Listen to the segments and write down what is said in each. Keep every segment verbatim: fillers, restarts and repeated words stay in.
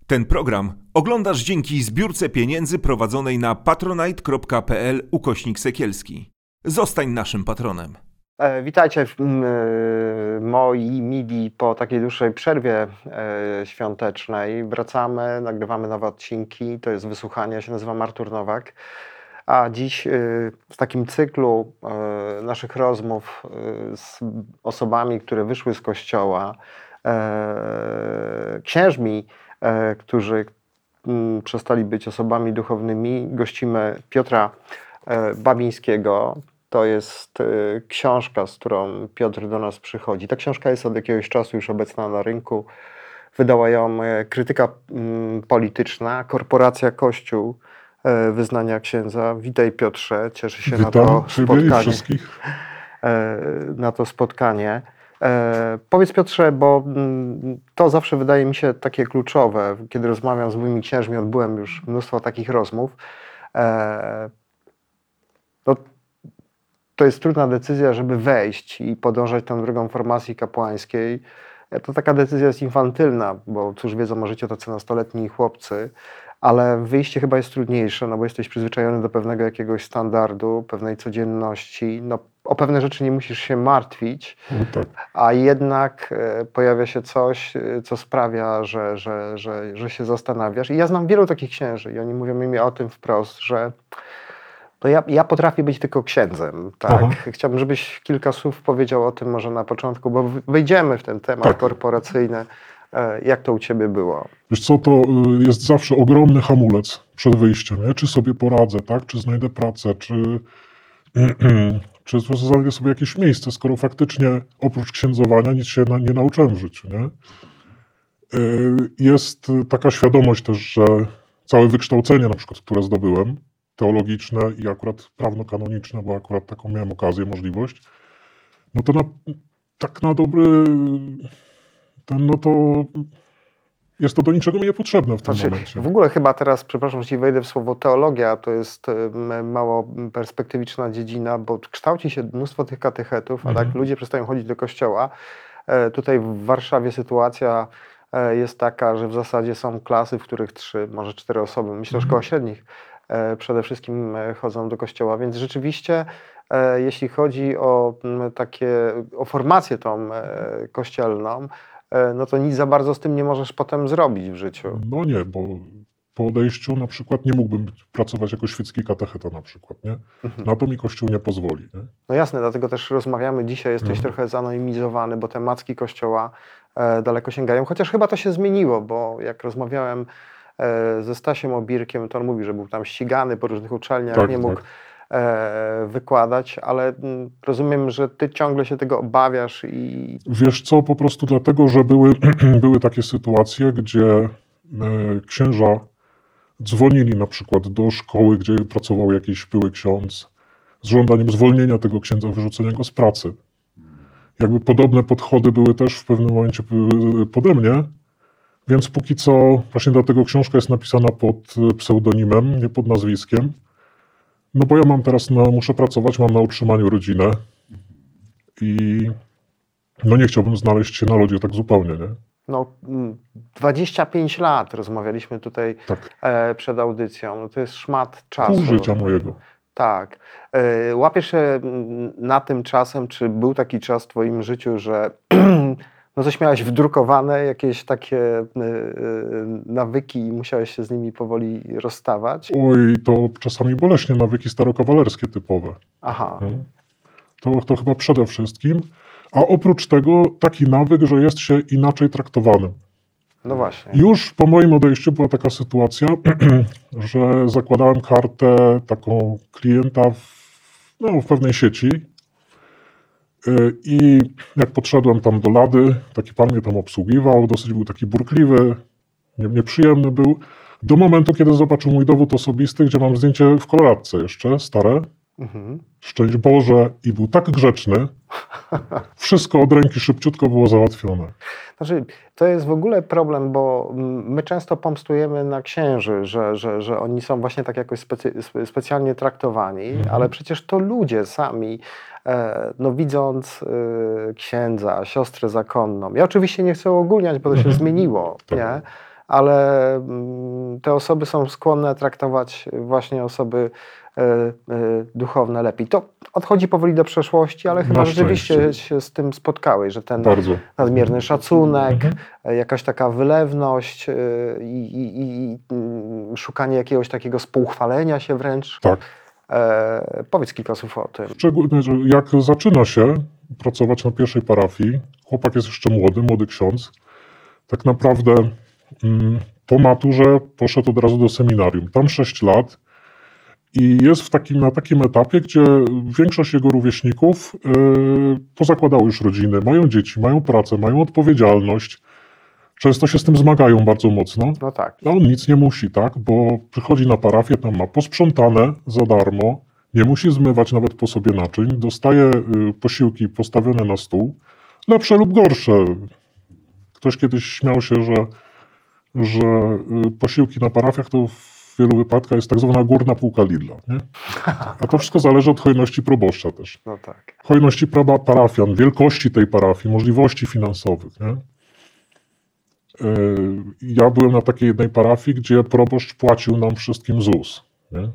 Ten program oglądasz dzięki zbiórce pieniędzy prowadzonej na patronite.pl ukośnik Sekielski. Zostań naszym patronem. E, witajcie w, m, moi mili po takiej dłuższej przerwie e, świątecznej. Wracamy, nagrywamy nowe odcinki. To jest wysłuchanie. Ja się nazywam Artur Nowak. A dziś e, w takim cyklu e, naszych rozmów e, z osobami, które wyszły z kościoła, e, księżmi, e, którzy m, przestali być osobami duchownymi, gościmy Piotra e, Babińskiego. To jest y, książka, z którą Piotr do nas przychodzi. Ta książka jest od jakiegoś czasu już obecna na rynku. Wydała ją y, krytyka y, polityczna, Korporacja Kościół y, Wyznania Księdza. Witaj, Piotrze, cieszę się Witam na to spotkanie. wszystkich. Y, na to spotkanie. Y, powiedz, Piotrze, bo y, to zawsze wydaje mi się takie kluczowe. Kiedy rozmawiam z moimi księżmi, odbyłem już mnóstwo takich rozmów. Y, no, To jest trudna decyzja, żeby wejść i podążać tą drogą formacji kapłańskiej. To taka decyzja jest infantylna, bo cóż wiedzą o życiu tacy nastoletni chłopcy, ale wyjście chyba jest trudniejsze, no bo jesteś przyzwyczajony do pewnego jakiegoś standardu, pewnej codzienności. No, o pewne rzeczy nie musisz się martwić, No tak. a jednak e, pojawia się coś, e, co sprawia, że, że, że, że się zastanawiasz. I ja znam wielu takich księży i oni mówią mi o tym wprost, że to ja, ja potrafię być tylko księdzem, tak? Aha. Chciałbym, żebyś kilka słów powiedział o tym może na początku, bo wejdziemy w ten temat Tak. korporacyjny. Jak to u ciebie było? Wiesz co, to jest zawsze ogromny hamulec przed wyjściem, nie? Czy sobie poradzę, tak? Czy znajdę pracę, czy, czy znajdę sobie jakieś miejsce, skoro faktycznie oprócz księdzowania nic się na, nie nauczyłem w życiu, nie? Jest taka świadomość też, że całe wykształcenie na przykład, które zdobyłem, teologiczne i akurat prawno-kanoniczne, bo akurat taką miałem okazję, możliwość, no to na, tak na dobry ten, no to jest to do niczego mi niepotrzebne w tym Znaczy, momencie. w ogóle chyba teraz, przepraszam, że ci wejdę w słowo teologia, to jest mało perspektywiczna dziedzina, bo kształci się mnóstwo tych katechetów, a Mhm. tak ludzie przestają chodzić do kościoła. Tutaj w Warszawie sytuacja jest taka, że w zasadzie są klasy, w których trzy, może cztery osoby, myślę, że szkoła średnich przede wszystkim chodzą do kościoła, więc rzeczywiście jeśli chodzi o takie, o formację tą kościelną, no to nic za bardzo z tym nie możesz potem zrobić w życiu. No nie, bo po odejściu na przykład nie mógłbym pracować jako świecki katecheta na przykład, nie? Mhm. Na to mi Kościół nie pozwoli, nie? No jasne, dlatego też rozmawiamy dzisiaj, jesteś Mhm. trochę zanonimizowany, bo te macki Kościoła e, daleko sięgają, chociaż chyba to się zmieniło, bo jak rozmawiałem e, ze Stasiem Obirkiem, to on mówi, że był tam ścigany po różnych uczelniach, Tak, nie mógł tak. e, wykładać, ale m, rozumiem, że ty ciągle się tego obawiasz i... Wiesz co, po prostu dlatego, że były, były takie sytuacje, gdzie e, księża dzwonili na przykład do szkoły, gdzie pracował jakiś były ksiądz, z żądaniem zwolnienia tego księdza, wyrzucenia go z pracy. Jakby podobne podchody były też w pewnym momencie p- pode mnie, więc póki co, właśnie dlatego książka jest napisana pod pseudonimem, nie pod nazwiskiem. No bo ja mam teraz, na, muszę pracować, mam na utrzymaniu rodzinę i no nie chciałbym znaleźć się na lodzie tak zupełnie, nie? No, m, dwadzieścia pięć lat rozmawialiśmy tutaj Tak, e, przed audycją, no to jest szmat czasu. pół życia mojego. Tak. E, Łapiesz się mm, na tym czasem, czy był taki czas w twoim życiu, że no coś miałeś wdrukowane, jakieś takie e, e, nawyki i musiałeś się z nimi powoli rozstawać? Oj, to czasami boleśnie nawyki starokawalerskie typowe. Aha. No. To, to chyba przede wszystkim. A oprócz tego taki nawyk, że jest się inaczej traktowanym. No właśnie. Już po moim odejściu była taka sytuacja, że zakładałem kartę taką klienta w, no, w pewnej sieci yy, i jak podszedłem tam do lady, taki pan mnie tam obsługiwał, dosyć był taki burkliwy, nie- nieprzyjemny był, do momentu, kiedy zobaczył mój dowód osobisty, gdzie mam zdjęcie w koloratce jeszcze, stare, Mhm. szczęść Boże, i był tak grzeczny, wszystko od ręki szybciutko było załatwione. Znaczy, to jest w ogóle problem, bo mm, my często pomstujemy na księży, że, że, że oni są właśnie tak jakoś specy, spe- specjalnie traktowani, Mhm. ale przecież to ludzie sami, e, no widząc e, księdza, siostrę zakonną, ja oczywiście nie chcę ogólniać, bo to się Mhm. zmieniło, Tak. nie? ale mm, te osoby są skłonne traktować właśnie osoby e, e, duchowne lepiej. To odchodzi powoli do przeszłości, ale chyba Na rzeczywiście szczęście. się z tym spotkałeś, że ten Bardzo. nadmierny szacunek, Mhm. e, jakaś taka wylewność e, i, i, i mm, szukanie jakiegoś takiego współchwalenia się wręcz. Tak. E, powiedz kilka słów o tym. Szczególnie, że jak zaczyna się pracować na pierwszej parafii, chłopak jest jeszcze młody, młody ksiądz, tak naprawdę mm, po maturze poszedł od razu do seminarium. Tam sześć lat i jest w takim, na takim etapie, gdzie większość jego rówieśników yy, pozakładało już rodziny, mają dzieci, mają pracę, mają odpowiedzialność. Często się z tym zmagają bardzo mocno. No tak. A on nic nie musi, tak? Bo przychodzi na parafię, tam ma posprzątane za darmo, nie musi zmywać nawet po sobie naczyń, dostaje y, posiłki postawione na stół, lepsze lub gorsze. Ktoś kiedyś śmiał się, że, że y, posiłki na parafiach to w wielu wypadkach jest tak zwana górna półka Lidla, nie? A to wszystko zależy od hojności proboszcza też. No tak. Hojności pra- parafian, wielkości tej parafii, możliwości finansowych, nie? Ja byłem na takiej jednej parafii, gdzie proboszcz płacił nam wszystkim Z U S. Nie?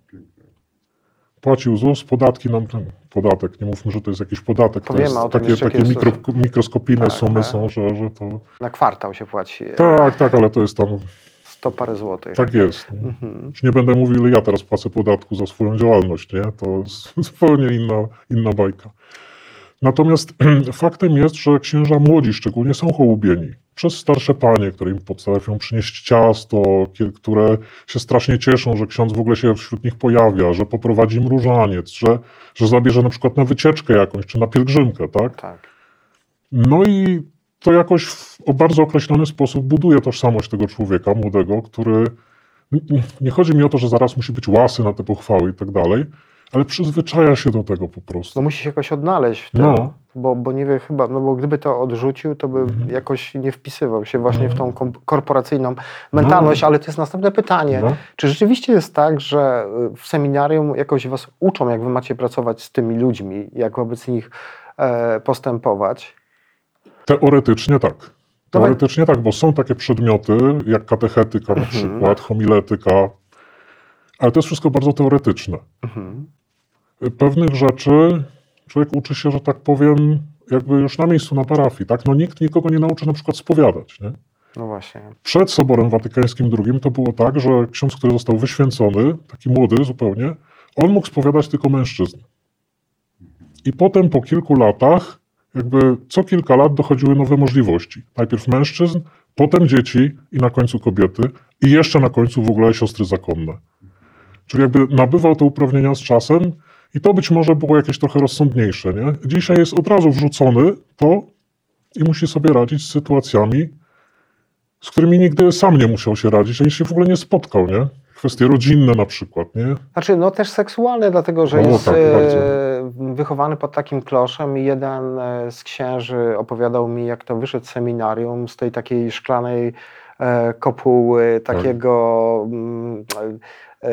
Płacił Z U S, podatki nam, ten podatek, nie mówmy, że to jest jakiś podatek, to Powiemy jest o tym takie, jeszcze takie kiedyś, mikro, to- mikroskopijne Tak, sumy tak. są, że, że to... Na kwartał się płaci Tak, tak, ale to jest tam, sto parę złotych. tak jest. Nie? Mhm. Już nie będę mówił, ile ja teraz płacę podatku za swoją działalność, nie? To jest zupełnie inna, inna bajka. Natomiast faktem jest, że księża młodzi szczególnie są hołubieni przez starsze panie, które im potrafią przynieść ciasto, kie- które się strasznie cieszą, że ksiądz w ogóle się wśród nich pojawia, że poprowadzi im różaniec, że, że zabierze na przykład na wycieczkę jakąś, czy na pielgrzymkę, tak? Tak. No i to jakoś w o bardzo określony sposób buduje tożsamość tego człowieka młodego, który... nie- Nie chodzi mi o to, że zaraz musi być łasy na te pochwały i tak dalej, ale przyzwyczaja się do tego po prostu. No musi się jakoś odnaleźć w tym, No. bo, bo nie wie chyba, no bo gdyby to odrzucił, to by Mhm. jakoś nie wpisywał się właśnie w tą kom- korporacyjną mentalność, ale to jest następne pytanie. No. Czy rzeczywiście jest tak, że y, w seminarium jakoś was uczą, jak wy macie pracować z tymi ludźmi, jak wobec nich e, postępować? Teoretycznie tak. Dawaj. Teoretycznie tak, bo są takie przedmioty, jak katechetyka na Mhm. przykład, homiletyka, ale to jest wszystko bardzo teoretyczne. Mhm. Pewnych rzeczy człowiek uczy się, że tak powiem, jakby już na miejscu, na parafii, tak? No nikt nikogo nie nauczy na przykład spowiadać, nie? No właśnie. Przed Soborem Watykańskim drugim to było tak, że ksiądz, który został wyświęcony, taki młody zupełnie, on mógł spowiadać tylko mężczyzn. I potem po kilku latach, jakby co kilka lat dochodziły nowe możliwości. Najpierw mężczyzn, potem dzieci i na końcu kobiety i jeszcze na końcu w ogóle siostry zakonne. Czyli jakby nabywał te uprawnienia z czasem i to być może było jakieś trochę rozsądniejsze, nie? Dzisiaj jest od razu wrzucony to i musi sobie radzić z sytuacjami, z którymi nigdy sam nie musiał się radzić, ani się w ogóle nie spotkał, nie? Kwestie rodzinne na przykład, nie? Znaczy, no też seksualne, dlatego że O, jest tak, e, bardzo. wychowany pod takim kloszem i jeden e, z księży opowiadał mi, jak to wyszedł z seminarium, z tej takiej szklanej e, kopuły, takiego mm, e,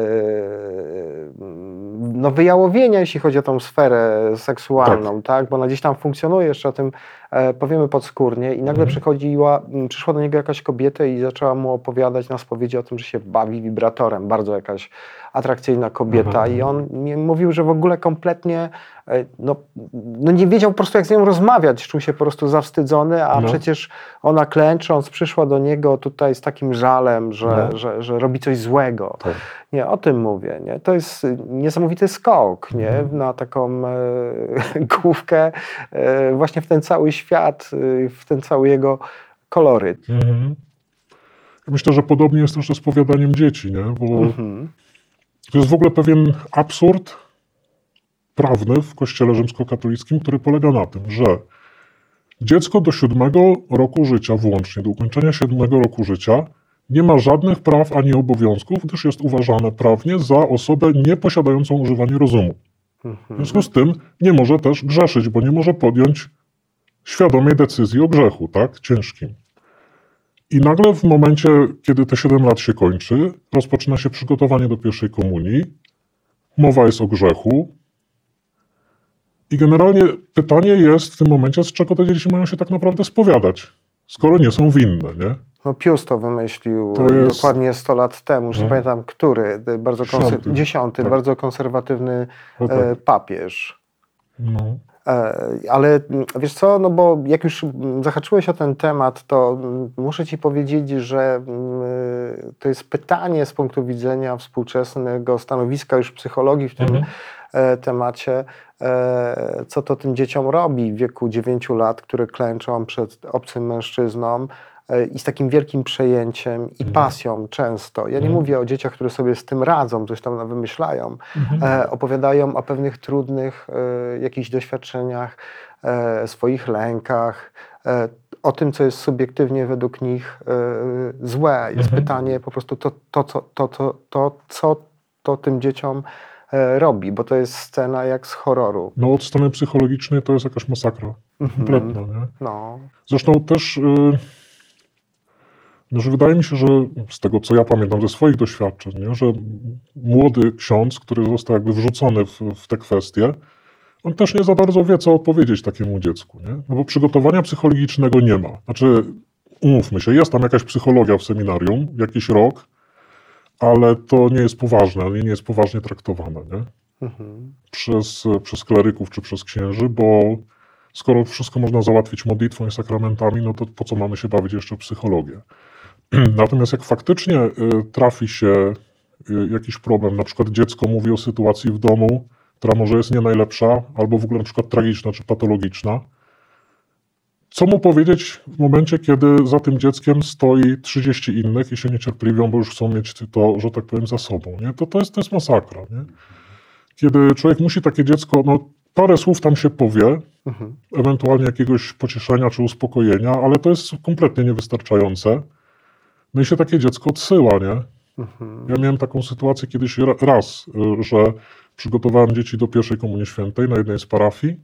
no, wyjałowienia, jeśli chodzi o tą sferę seksualną, tak? Bo ona gdzieś tam funkcjonuje, jeszcze o tym e, powiemy podskórnie i nagle Mhm. przychodziła, m, przyszła do niego jakaś kobieta i zaczęła mu opowiadać na spowiedzi o tym, że się bawi wibratorem, bardzo jakaś atrakcyjna kobieta Mhm. i on mi mówił, że w ogóle kompletnie e, no, no nie wiedział po prostu, jak z nią rozmawiać, czuł się po prostu zawstydzony, a No. przecież ona klęcząc przyszła do niego tutaj z takim żalem, że, No. że, że robi coś złego. Tak. Nie, o tym mówię. Nie? To jest niesamowity skok, nie? Mhm. Na taką e, główkę e, właśnie w ten cały świat, e, w ten cały jego koloryt. Mhm. Ja myślę, że podobnie jest też ze spowiadaniem dzieci, nie? Bo Mhm. to jest w ogóle pewien absurd prawny w Kościele rzymskokatolickim, który polega na tym, że dziecko do siódmego roku życia włącznie, do ukończenia siódmego roku życia nie ma żadnych praw ani obowiązków, gdyż jest uważane prawnie za osobę nieposiadającą używania rozumu. W Mhm. związku z tym nie może też grzeszyć, bo nie może podjąć świadomej decyzji o grzechu, tak? Ciężkim. I nagle w momencie, kiedy te siedem lat się kończy, rozpoczyna się przygotowanie do pierwszej komunii, mowa jest o grzechu i generalnie pytanie jest w tym momencie, z czego te dzieci mają się tak naprawdę spowiadać, skoro nie są winne, nie? No Pius to wymyślił To jest- dokładnie sto lat temu, już nie No. pamiętam który, bardzo konser- Dziesiąty. dziesiąty, Tak. bardzo konserwatywny O tak. e, papież. No. E, Ale mm, wiesz co, no bo jak już mm, zahaczyłeś o ten temat, to mm, muszę ci powiedzieć, że mm, to jest pytanie z punktu widzenia współczesnego stanowiska już psychologii w tym Mhm. e, temacie, e, co to tym dzieciom robi w wieku dziewięciu lat, które klęczą przed obcym mężczyzną e, i z takim wielkim przejęciem i Mhm. pasją często. Ja nie Mhm. mówię o dzieciach, które sobie z tym radzą, coś tam wymyślają, Mhm. e, opowiadają o pewnych trudnych e, jakichś doświadczeniach, e, swoich lękach, e, o tym, co jest subiektywnie według nich e, złe. Jest Mhm. pytanie po prostu to, to, to, to, to, to, co to tym dzieciom e, robi, bo to jest scena jak z horroru. No od strony psychologicznej to jest jakaś masakra. Kompletna, nie? No. Zresztą też, yy, no, że wydaje mi się, że z tego, co ja pamiętam ze swoich doświadczeń, nie, że młody ksiądz, który został jakby wrzucony w, w te kwestie, on też nie za bardzo wie, co odpowiedzieć takiemu dziecku, nie? No bo przygotowania psychologicznego nie ma. Znaczy, umówmy się, jest tam jakaś psychologia w seminarium, jakiś rok, ale to nie jest poważne, nie jest poważnie traktowane, nie? Mhm. Przez, przez kleryków czy przez księży, bo skoro wszystko można załatwić modlitwą i sakramentami, no to po co mamy się bawić jeszcze w psychologię? Natomiast jak faktycznie y, trafi się y, jakiś problem, na przykład dziecko mówi o sytuacji w domu, która może jest nie najlepsza, albo w ogóle na przykład tragiczna czy patologiczna, co mu powiedzieć w momencie, kiedy za tym dzieckiem stoi trzydzieści innych i się niecierpliwią, bo już chcą mieć to, że tak powiem, za sobą, nie? To, to, jest, to jest masakra, nie? Kiedy człowiek musi takie dziecko, no parę słów tam się powie, Mhm. ewentualnie jakiegoś pocieszenia czy uspokojenia, ale to jest kompletnie niewystarczające. No i się takie dziecko odsyła, nie? Mhm. Ja miałem taką sytuację kiedyś ra- raz, y, że przygotowałem dzieci do pierwszej Komunii Świętej na jednej z parafii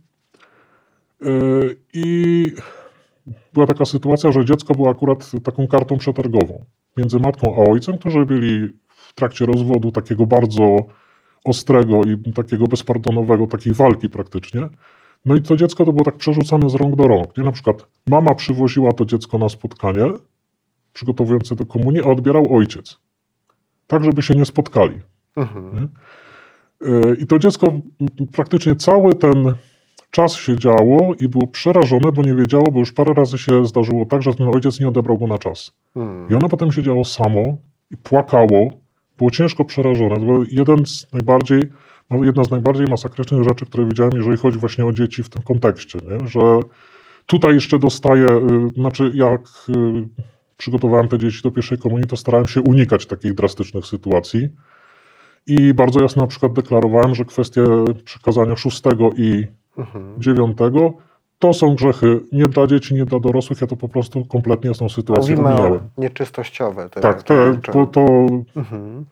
y, i była taka sytuacja, że dziecko było akurat taką kartą przetargową między matką a ojcem, którzy byli w trakcie rozwodu takiego bardzo ostrego i takiego bezpardonowego, takiej walki praktycznie. No i to dziecko to było tak przerzucane z rąk do rąk. Nie? Na przykład mama przywoziła to dziecko na spotkanie przygotowujące do komunii, a odbierał ojciec. Tak, żeby się nie spotkali. Mhm. Yy, I to dziecko m, praktycznie cały ten czas siedziało i było przerażone, bo nie wiedziało, bo już parę razy się zdarzyło tak, że ten ojciec nie odebrał go na czas. Mhm. I ono potem siedziało samo i płakało, było ciężko przerażone. To był jeden z najbardziej, no, jedna z najbardziej masakrycznych rzeczy, które widziałem, jeżeli chodzi właśnie o dzieci w tym kontekście, nie? Że tutaj jeszcze dostaję, y, znaczy jak y, przygotowałem te dzieci do pierwszej komunii, to starałem się unikać takich drastycznych sytuacji i bardzo jasno na przykład deklarowałem, że kwestie przykazania szóstego i Mhm. dziewiątego to są grzechy nie dla dzieci, nie dla dorosłych, ja to po prostu kompletnie z tą sytuacją Mówimy o omijałem. nieczystościowe. Te, Tak, te, te- to, to Mhm.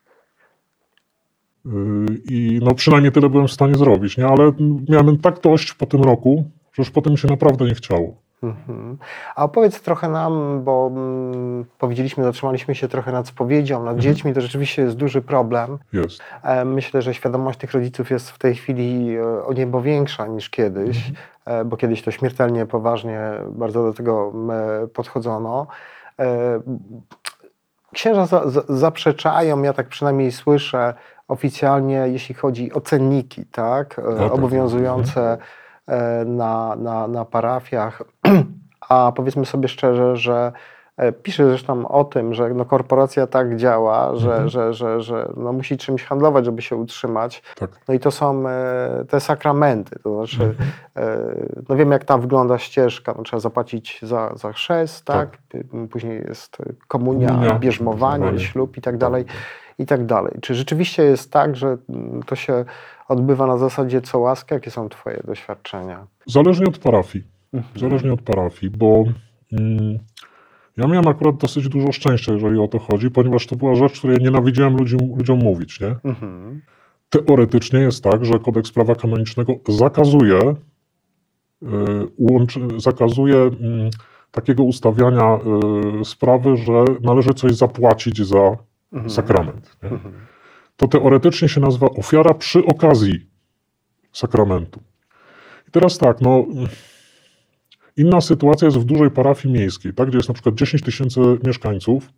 Yy, I no przynajmniej tyle byłem w stanie zrobić, nie? Ale miałem tak dość po tym roku, że już potem mi się naprawdę nie chciało. Mhm. A opowiedz trochę nam, bo mm, powiedzieliśmy, zatrzymaliśmy się trochę nad spowiedzią, nad dziećmi, to rzeczywiście jest duży problem. Jest. E, Myślę, że świadomość tych rodziców jest w tej chwili e, o niebo większa niż kiedyś, e, bo kiedyś to śmiertelnie, poważnie bardzo do tego e, podchodzono. E, Księża za, za, zaprzeczają, ja tak przynajmniej słyszę oficjalnie, jeśli chodzi o cenniki, tak, e, tak. obowiązujące e, na, na, na parafiach, a powiedzmy sobie szczerze, że e, pisze zresztą o tym, że no, korporacja tak działa, że, Mhm. że, że, że no, musi czymś handlować, żeby się utrzymać. Tak. No i to są e, te sakramenty, to znaczy Mhm. e, no wiem jak tam wygląda ścieżka, no, trzeba zapłacić za, za chrzest, tak? Później jest komunia, Komunia, bierzmowanie, bierzmowanie. ślub i tak dalej, i tak dalej. Czy rzeczywiście jest tak, że mm, to się odbywa na zasadzie co łaska? Jakie są twoje doświadczenia? Zależnie od parafii. Mhm. Zależnie od parafii, bo mm, ja miałem akurat dosyć dużo szczęścia, jeżeli o to chodzi, ponieważ to była rzecz, której nienawidziłem ludziom, ludziom mówić, nie? Mhm. Teoretycznie jest tak, że kodeks prawa kanonicznego zakazuje, y, łączy, zakazuje mm, takiego ustawiania y, sprawy, że należy coś zapłacić za Mhm. sakrament. Nie? Mhm. To teoretycznie się nazywa ofiara przy okazji sakramentu. I teraz tak, no Inna sytuacja jest w dużej parafii miejskiej, tak, gdzie jest na przykład dziesięć tysięcy mieszkańców.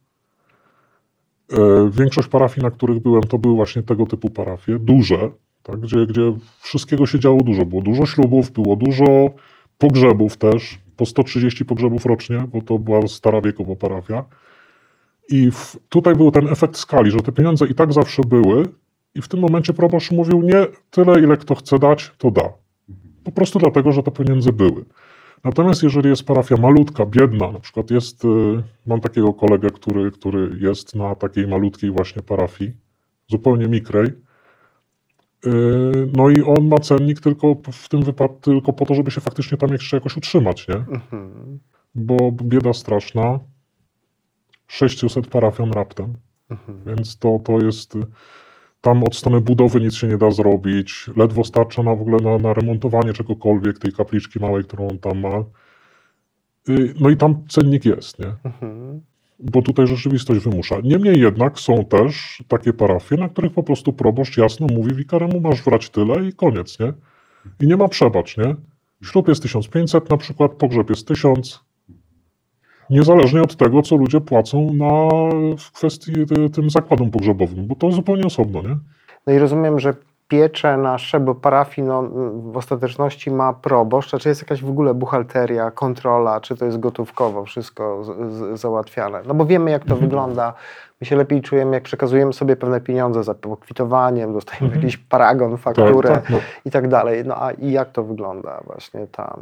E, Większość parafii, na których byłem, to były właśnie tego typu parafie, duże, tak, gdzie, gdzie wszystkiego się działo dużo. Było dużo ślubów, było dużo pogrzebów też, po sto trzydzieści pogrzebów rocznie, bo to była stara wiekowo parafia. I w, tutaj był ten efekt skali, że te pieniądze i tak zawsze były i w tym momencie proboszcz mówił, nie, tyle ile kto chce dać, to da. Po prostu dlatego, że te pieniądze były. Natomiast jeżeli jest parafia malutka, biedna, na przykład jest, y, mam takiego kolegę, który, który jest na takiej malutkiej właśnie parafii, zupełnie mikrej, y, no i on ma cennik tylko w tym wypadku, tylko po to, żeby się faktycznie tam jeszcze jakoś utrzymać, nie? Mhm. Bo bieda straszna, sześćset parafian raptem, Mhm. więc to, to jest, y, tam od strony budowy nic się nie da zrobić, ledwo starcza na w ogóle na, na remontowanie czegokolwiek, tej kapliczki małej, którą on tam ma. Y, No i tam cennik jest, nie? Mhm. Bo tutaj rzeczywistość wymusza. Niemniej jednak są też takie parafie, na których po prostu proboszcz jasno mówi wikaremu, masz brać tyle i koniec, nie? I nie ma przebacz, nie? Ślub jest tysiąc pięćset na przykład, pogrzeb jest tysiąc. Niezależnie od tego, co ludzie płacą na, w kwestii y, tym zakładom pogrzebowym, bo to zupełnie osobno, nie? No i rozumiem, że pieczę na szczeblu parafii no, w ostateczności ma proboszcz, a czy jest jakaś w ogóle buchalteria, kontrola, czy to jest gotówkowo wszystko z, z, załatwiane? No bo wiemy, jak to Mhm. wygląda. My się lepiej czujemy, jak przekazujemy sobie pewne pieniądze za pokwitowaniem, dostajemy Mhm. jakiś paragon, fakturę Tak, tak, no. i tak dalej. No a i jak to wygląda właśnie tam?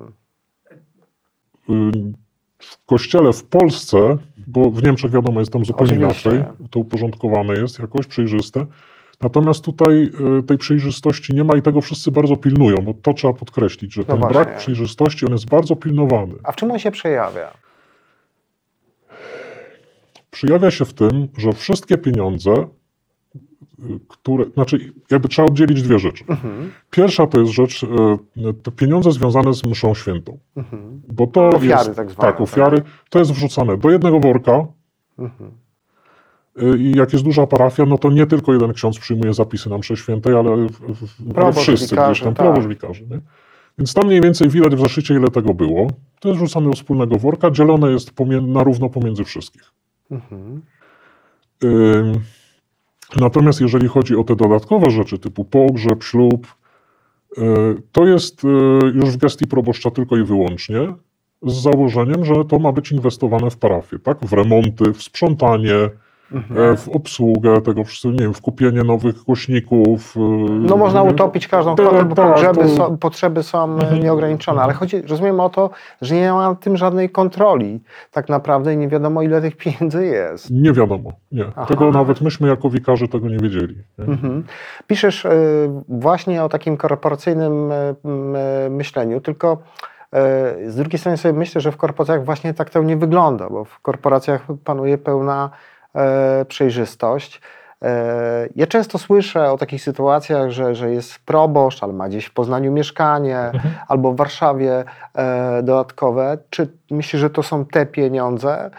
Y, W kościele w Polsce, bo w Niemczech wiadomo jest tam zupełnie Oczywiście. inaczej, to uporządkowane jest jakoś, przejrzyste. Natomiast tutaj y, tej przejrzystości nie ma i tego wszyscy bardzo pilnują, bo to trzeba podkreślić, że No ten właśnie. brak przejrzystości, on jest bardzo pilnowany. A w czym on się przejawia? Przejawia się w tym, że wszystkie pieniądze, y, które, znaczy jakby trzeba oddzielić dwie rzeczy. Mhm. Pierwsza to jest rzecz, y, te pieniądze związane z mszą świętą, Mhm. bo to Ofiary jest, tak zwane, tak, ofiary, to jest wrzucane do jednego worka. Mhm. I jak jest duża parafia, no to nie tylko jeden ksiądz przyjmuje zapisy na mszy świętej, ale, w- w- ale Proboszcz, wszyscy wikarze, gdzieś tam, tak. proboszcz, wikarze, nie? Więc tam mniej więcej widać w zeszycie, ile tego było. To jest rzucane do wspólnego worka, dzielone jest pomie- na równo pomiędzy wszystkich. Mhm. Ym, Natomiast jeżeli chodzi o te dodatkowe rzeczy, typu pogrzeb, ślub, y, to jest y, już w gestii proboszcza tylko i wyłącznie, z założeniem, że to ma być inwestowane w parafię, tak? W remonty, w sprzątanie, Mhm. w obsługę tego wszystkiego, nie wiem, w kupienie nowych głośników. No można utopić każdą Tak, kwotę, bo tak, pogrzeby to- są, potrzeby są e, nieograniczone, ale chodzi, rozumiem o to, że nie ma nad tym żadnej kontroli tak naprawdę i nie wiadomo, ile tych pieniędzy jest. Nie wiadomo, nie. Aha. Tego nawet myśmy jako wikarze tego nie wiedzieli. Nie? Mhm. Piszesz e, właśnie o takim korporacyjnym e, m, e, myśleniu, tylko e, z drugiej strony sobie myślę, że w korporacjach właśnie tak to nie wygląda, bo w korporacjach panuje pełna e, przejrzystość. E, Ja często słyszę o takich sytuacjach, że, że jest proboszcz, ale ma gdzieś w Poznaniu mieszkanie, Mhm. albo w Warszawie e, dodatkowe. Czy myślisz, że to są te pieniądze?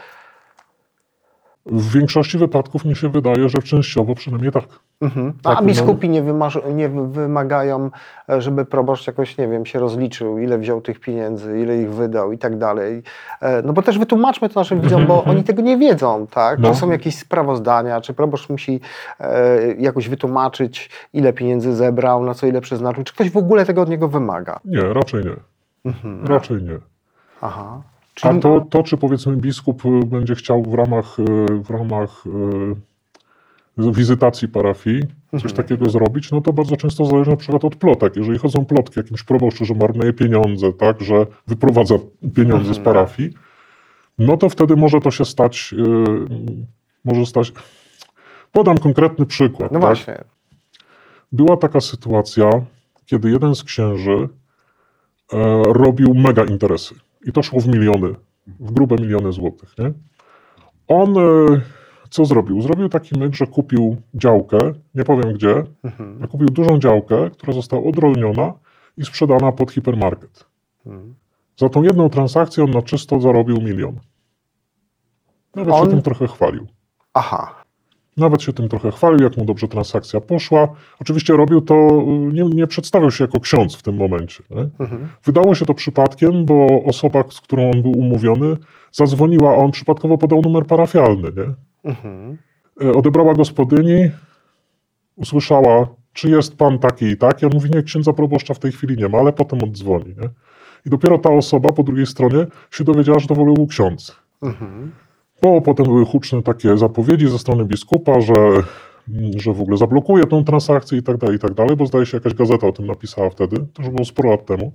W większości wypadków mi się wydaje, że częściowo przynajmniej tak. Mhm. No, Tak, a no. biskupi nie, wymaż- nie wy- wymagają, e, żeby proboszcz jakoś, nie wiem, się rozliczył, ile wziął tych pieniędzy, ile ich wydał i tak dalej. E, No bo też wytłumaczmy to naszym widzom, bo oni tego nie wiedzą, tak? No. Czy są jakieś sprawozdania, czy proboszcz musi e, jakoś wytłumaczyć, ile pieniędzy zebrał, na co ile przeznaczył, czy ktoś w ogóle tego od niego wymaga? Nie, raczej nie. Mhm. Raczej nie. Aha. A Czyli to, to, czy powiedzmy biskup y, będzie chciał w ramach, y, w ramach y, wizytacji parafii coś Mhm. takiego zrobić, no to bardzo często zależy na przykład od plotek. Jeżeli chodzą plotki jakimś proboszczu, że marnuje pieniądze, tak, że wyprowadza pieniądze z Mhm. parafii, no to wtedy może to się stać, y, może stać... Podam konkretny przykład. no tak? właśnie. Była taka sytuacja, kiedy jeden z księży e, robił mega interesy. I to szło w miliony, w grube miliony złotych. Nie? On e, co zrobił? Zrobił taki myk, że kupił działkę, nie powiem gdzie, Mhm. a kupił dużą działkę, która została odrolniona i sprzedana pod hipermarket. Mhm. Za tą jedną transakcję on na czysto zarobił milion. Nawet On- się tym trochę chwalił. Aha. Nawet się tym trochę chwalił, jak mu dobrze transakcja poszła. Oczywiście robił to, nie, nie przedstawiał się jako ksiądz w tym momencie. Nie? Mhm. Wydało się to przypadkiem, bo osoba, z którą on był umówiony, zadzwoniła, a on przypadkowo podał numer parafialny. Nie? Mhm. E, Odebrała gospodyni, usłyszała, czy jest pan taki i taki. On mówi, nie, księdza proboszcza w tej chwili nie ma, ale potem oddzwoni. Nie? I dopiero ta osoba po drugiej stronie się dowiedziała, że to wolał ksiądz. Mhm. Bo potem były huczne takie zapowiedzi ze strony biskupa, że, że w ogóle zablokuje tą transakcję i tak dalej, i tak dalej, bo zdaje się jakaś gazeta o tym napisała wtedy, to już było sporo lat temu.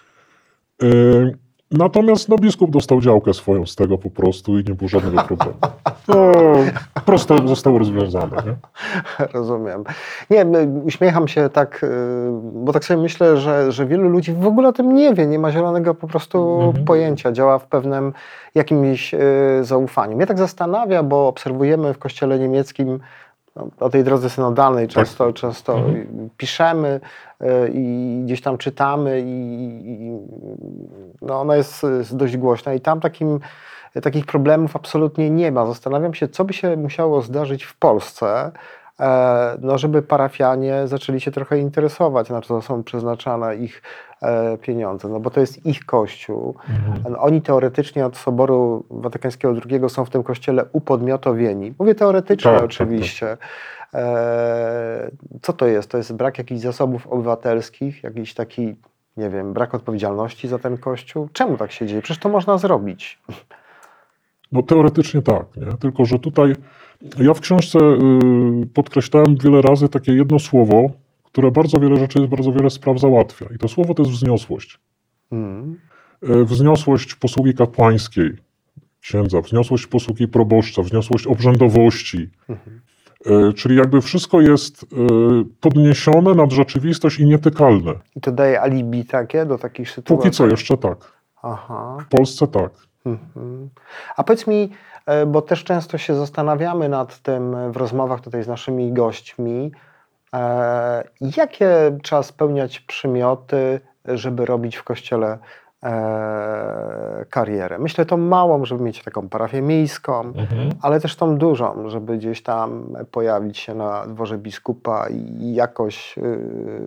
Yy, natomiast no, biskup dostał działkę swoją z tego po prostu i nie było żadnego problemu. To prosto zostało rozwiązane. Nie? Rozumiem. Nie, uśmiecham się tak, y, bo tak sobie myślę, że, że wielu ludzi w ogóle o tym nie wie, nie ma zielonego po prostu Mhm. pojęcia, działa w pewnym jakimś y, zaufaniu. Mnie tak zastanawia, bo obserwujemy w kościele niemieckim no, o tej drodze synodalnej często, często Mhm. piszemy y, i gdzieś tam czytamy i, i no, ona jest, jest dość głośna i tam takim takich problemów absolutnie nie ma. Zastanawiam się, co by się musiało zdarzyć w Polsce, e, no, żeby parafianie zaczęli się trochę interesować, na co są przeznaczane ich e, pieniądze, no bo to jest ich kościół. Mhm. Oni teoretycznie od Soboru Watykańskiego drugiego są w tym kościele upodmiotowieni. Mówię teoretycznie Tak, tak, oczywiście. E, co to jest? To jest brak jakichś zasobów obywatelskich, jakiś taki, nie wiem, brak odpowiedzialności za ten kościół? Czemu tak się dzieje? Przecież to można zrobić. No teoretycznie tak, nie? Tylko że tutaj ja w książce y, podkreślałem wiele razy takie jedno słowo, które bardzo wiele rzeczy, bardzo wiele spraw załatwia. I to słowo to jest wzniosłość. Mm. Y, wzniosłość posługi kapłańskiej księdza, wzniosłość posługi proboszcza, wzniosłość obrzędowości. Mhm. Y, czyli jakby wszystko jest y, podniesione nad rzeczywistość i nietykalne. I to daje alibi takie do takich sytuacji? Póki co jeszcze tak. Aha. W Polsce tak. Mhm. A powiedz mi, e, bo też często się zastanawiamy nad tym w rozmowach tutaj z naszymi gośćmi, e, jakie trzeba spełniać przymioty, żeby robić w kościele e, karierę. Myślę tą małą, żeby mieć taką parafię miejską, Mhm. ale też tą dużą, żeby gdzieś tam pojawić się na dworze biskupa i jakoś yy,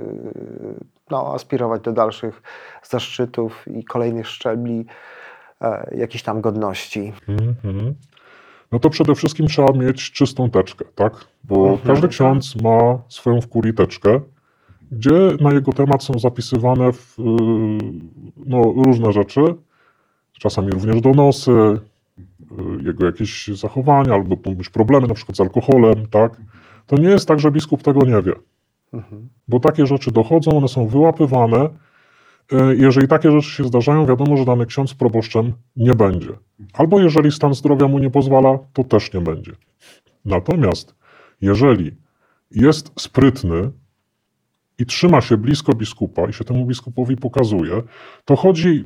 no, aspirować do dalszych zaszczytów i kolejnych szczebli e, jakiejś tam godności. Mhm. No to przede wszystkim trzeba mieć czystą teczkę, tak? Bo Mhm. każdy ksiądz ma swoją w kurii teczkę, gdzie na jego temat są zapisywane w, y, no, różne rzeczy, czasami również donosy, y, jego jakieś zachowania albo jakieś problemy, na przykład z alkoholem, tak? To nie jest tak, że biskup tego nie wie, Mhm. bo takie rzeczy dochodzą, one są wyłapywane. Y, Jeżeli takie rzeczy się zdarzają, wiadomo, że dany ksiądz proboszczem nie będzie. Albo jeżeli stan zdrowia mu nie pozwala, to też nie będzie. Natomiast jeżeli jest sprytny i trzyma się blisko biskupa i się temu biskupowi pokazuje, to chodzi,